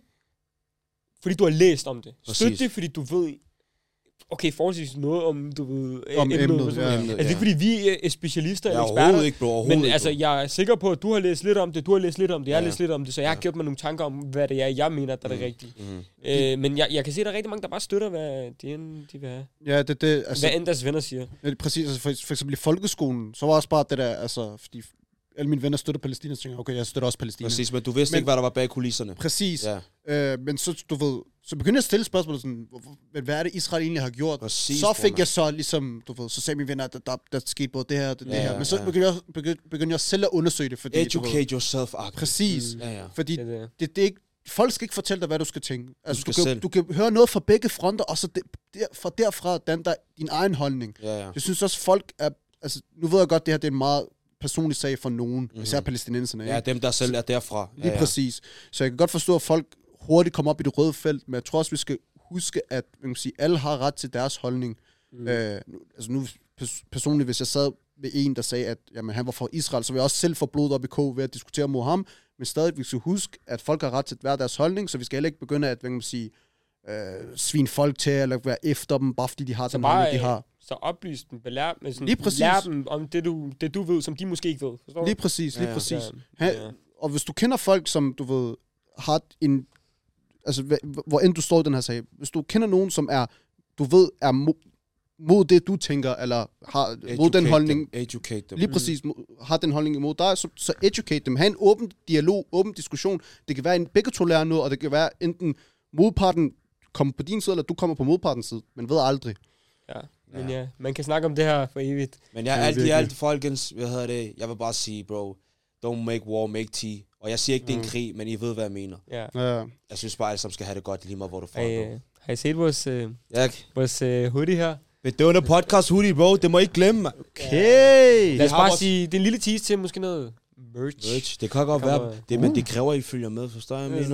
fordi du har læst om det. Præcis. Støt det, fordi du ved, okay, forholdsvis noget om, du ved, om emnet. emnet ja. Altså, det er ikke, fordi vi er specialister eller eksperter. Overhovedet ikke, bro. Overhovedet men ikke, altså, jeg er sikker på, at du har læst lidt om det, du har læst lidt om det, jeg ja. har læst lidt om det, så jeg har ja. gjort mig nogle tanker om, hvad det er, jeg mener, der er det rigtige. Mm. Øh, men jeg, jeg kan se, at der er rigtig mange, der bare støtter, hvad de, end, de vil have. Ja, det, det, altså, hvad end deres venner siger. Ja, præcis. Altså, for, for eksempel i folkeskolen, så var også bare det der, altså, fordi alle mine venner støtter Palæstina, så tænker jeg, okay, jeg støtter også Palæstina. Præcis, men du vidste men, ikke, hvad der var bag kulisserne. Præcis. Ja. Øh, men så, du ved, så begyndte jeg at stille spørgsmål sådan, hvad er det, Israel egentlig har gjort? Præcis, så fik jeg så ligesom, du ved, så sagde mine venner, at der, der, der skete både det her og det, ja, det her. Men så ja. begyndte, jeg, begyndte, begyndte jeg selv at undersøge det. Fordi, Educate ved, yourself. Præcis. Mm. Ja, ja. Fordi det, det. Det, det er ikke, folk skal ikke fortælle dig, hvad du skal tænke. Altså, du, du, kan, du kan høre noget fra begge fronter, og så det, der, fra derfra den der, din egen holdning. Ja, ja. Jeg synes også, folk er, altså, nu ved jeg godt, det her det er en meget personlig sag for nogen, mm-hmm. især palæstinenserne. Ja, dem der selv er derfra. Lige ja, ja. præcis. Så jeg kan godt forstå, at folk hurtigt kommer op i det røde felt, men jeg tror også, vi skal huske, at man kan sige, alle har ret til deres holdning. Mm. Øh, nu, altså nu personligt, hvis jeg sad ved en, der sagde, at jamen, han var fra Israel, så vil jeg også selv få blodet op i kog ved at diskutere mod ham, men stadig vi skal huske, at folk har ret til hver deres holdning, så vi skal heller ikke begynde at, hvad kan man sige, øh, svine folk til, eller være efter dem, bare fordi de har så den holdning, de har. Så oplys dem, belær dem, sådan, lær dem om det du, det, du ved, som de måske ikke ved. Forstår lige præcis, lige ja, præcis. Ja, ja. Ha, og hvis du kender folk, som du ved, har en, altså hvor end du står i den her sag, hvis du kender nogen, som er, du ved, er mo- mod det, du tænker, eller har educate mod den holdning, them. Educate them. lige præcis, mm. har den holdning imod dig, så, så educate dem. Ha' en åben dialog, åben diskussion. Det kan være, en begge to lærer noget, og det kan være enten modparten kommer på din side, eller du kommer på modpartens side. Man ved aldrig. Ja. Men ja. ja, man kan snakke om det her for evigt. Men jeg er alt i alt, folkens, hvad hedder det, jeg vil bare sige, bro, don't make war, make tea. Og jeg siger ikke, det er en krig, men I ved, hvad jeg mener. Ja. Ja. Jeg synes bare, alle sammen skal have det godt, lige meget, hvor du får hey, det. Har I set vores, uh, ja. vores uh, hoodie her? Bedøvende podcast hoodie, bro. Det må I ikke glemme, man. Okay. Lad os bare vores... sige, det er en lille tease til måske noget merch. Merch. Det kan godt være, det, uh. men det kræver, at I følger med, forstår jeg, mener?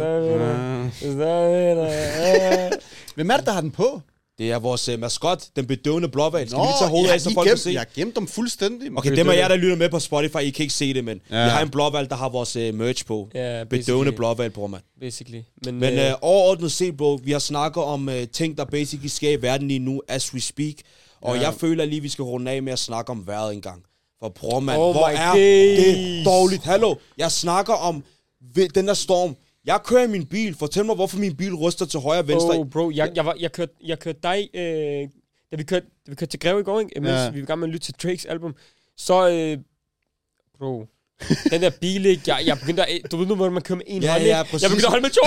Hvem er det, der har den på? Det er vores uh, maskot, den bedøvende blåval. Skal Nå, vi lige tage hovedet af, så folk kan se? Jeg har gemt dem fuldstændig. Okay, dem er jer, der lytter med på Spotify. I kan ikke se det, men ja. Vi har en blåval, der har vores uh, merch på. Ja, bedøvende blåval, bror, man. Basically. Men, men uh, overordnet set, bro, vi har snakket om uh, ting, der basically sker i verden lige nu, as we speak. Og ja. Jeg føler lige, vi skal runde af med at snakke om vejret engang. For bror, man, oh hvor er days. Det dårligt? Hallo, jeg snakker om den der storm. Jeg kører i min bil. Fortæl mig, hvorfor min bil ryster til højre og venstre. Oh, bro, jeg, jeg, var, jeg, kørte, jeg kørte dig, øh, da, vi kørte, da vi kørte til Greve i går, ikke? Mens ja. vi var i gang med at lytte til Drakes album. Så, øh, bro, Den der bil, ikke? Jeg, jeg begyndte at... Du ved nu, hvordan man kører med en ja, hånd, ja, jeg begyndte at holde med to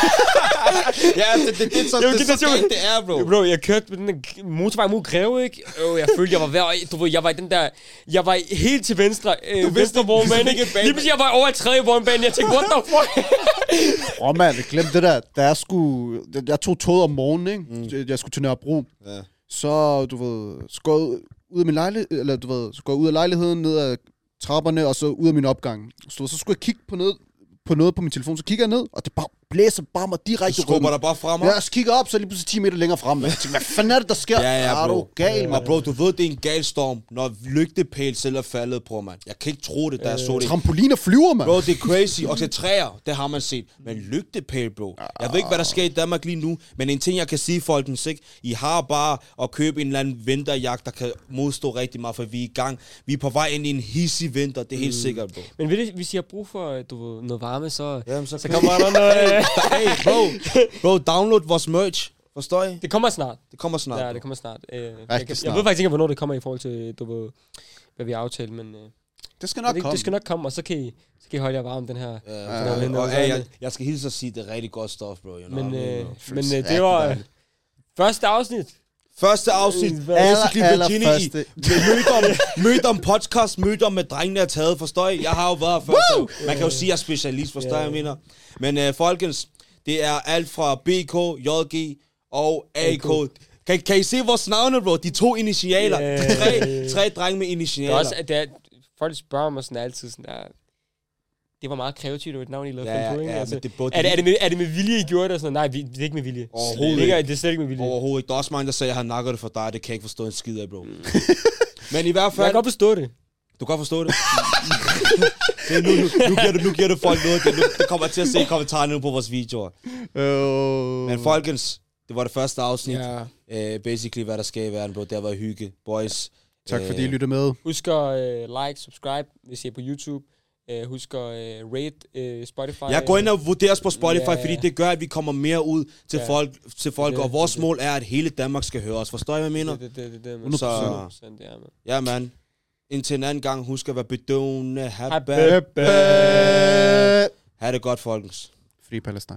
hænder. ja, det, det, det, det, så, det, det, så galt, det er, bro. Bro, jeg kørte på den der motorvej mod Greve, ikke? Øh, jeg følte, jeg var ved... Du ved, jeg var i den der... Jeg var helt til venstre. Øh, du venstre vognbane, ikke? Lige pludselig, jeg var over i tredje vognbane. Jeg tænkte, what the fuck? Åh, oh, mand, glem det der. Da jeg skulle... Jeg tog toget om morgenen, ikke? Mm. Jeg skulle til Nørrebro. Ja. Så, du ved... Så går jeg ud af min lejlighed... Eller, du ved... Så går jeg ud af lejligheden, ned ad trapperne, og så ud af min opgang. Så, så skulle jeg kigge på noget, på noget på min telefon. Så kigger jeg ned, og det bare blæser bare mig direkte. Du skubber dig bare frem. Ja, så kigger op, så lige pludselig ti meter længere frem. Jeg tænker, hvad fanden er det, der sker? Ja, ja, er du gal, mand? Bro, du ved, det er en gal storm, når lygtepæl selv er faldet på, mand. Jeg kan ikke tro det, da jeg så det. Trampoliner flyver, mand. Bro, det er crazy. Og så træer, det har man set. Men lygtepæl, bro. Jeg ved ikke, hvad der sker i Danmark lige nu, men en ting, jeg kan sige, folkens, ikke? I har bare at købe en eller anden vinterjagt, der kan modstå rigtig meget, for vi er i gang. Vi er på vej ind i en hissig vinter, det er helt mm. sikkert, bro. Men ved du, hvis I har brug for du ved, noget varme, så, Jamen, så, så kommer der noget... Hey, bro. Bro, download vores merch. Forstår I? Det kommer snart. Det kommer snart. Ja, det kommer snart. Øh, jeg, kan, snart. Jeg ved faktisk ikke, hvornår det kommer i forhold til, du ved, hvad vi har aftalt, men... Øh, det skal nok det, komme. Det skal nok komme, og så kan I, så kan I holde jer varme den her... Ja, ja, ja, og, ja, jeg, jeg skal hilse at sige, det er rigtig godt stof, bro. You know men I mean, øh, men øh, det var øh, første afsnit. Første afsnit, basically Virginia i mødte om podcast, mødte om med drengene er taget, forstår I? Jeg har jo været før, så man kan jo sige, at jeg er specialist, forstår jeg, mener. Men uh, folkens, det er alt fra B K, J G og A K. Kan, kan I se vores navne, bro? De to initialer. Yeah. Tre, tre drenge med initialer. Det er også, det er, folk spørger mig sådan altid sådan der... Det var meget kreativt, et navn, I lavede ja, på, ikke? Ja, altså, det er, er, det, er, det med, er det med vilje, I gjorde det? Sådan, nej, det er ikke med vilje. Overhovedet ikke. Det er slet ikke med vilje. Overhovedet ikke. Der er også mange, der sagde, at jeg har nakket det for dig. Det kan jeg ikke forstå en skid af, bro. Men i hvert fald... Jeg kan godt forstå det. Du kan godt forstå det? det nu, nu, nu, giver du, nu giver du folk noget. Det, nu, det kommer til at se i kommentarerne på vores videoer. Uh. Men folkens, det var det første afsnit. Yeah. Uh, basically, hvad der sker i verden, bro. Det har været hygge. Boys. Tak uh, fordi I lytter med. Husk at uh, like, subscribe, hvis I er på YouTube. Uh, husk at uh, rate uh, Spotify. Jeg går ind og vurderer os på Spotify, yeah. fordi det gør, at vi kommer mere ud til yeah. folk, til folk det, og vores det, mål er, at hele Danmark skal høre os. Forstår I, hvad jeg mener? Det, det, det, det, det, Så, det er, man. Ja, man. Indtil en anden gang, husk at være bedøvende. Happy. Ha' det godt, folkens. Free Palestine.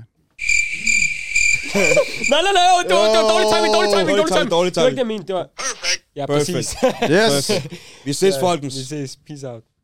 nej, nej, nej, det var, det var dårlig timing, dårlig timing, dårlig timing. Dårlig timing. Det var ikke det, jeg mente. Det var... Ja, præcis. Yes. Vi ses, folkens. Vi ses. Peace out.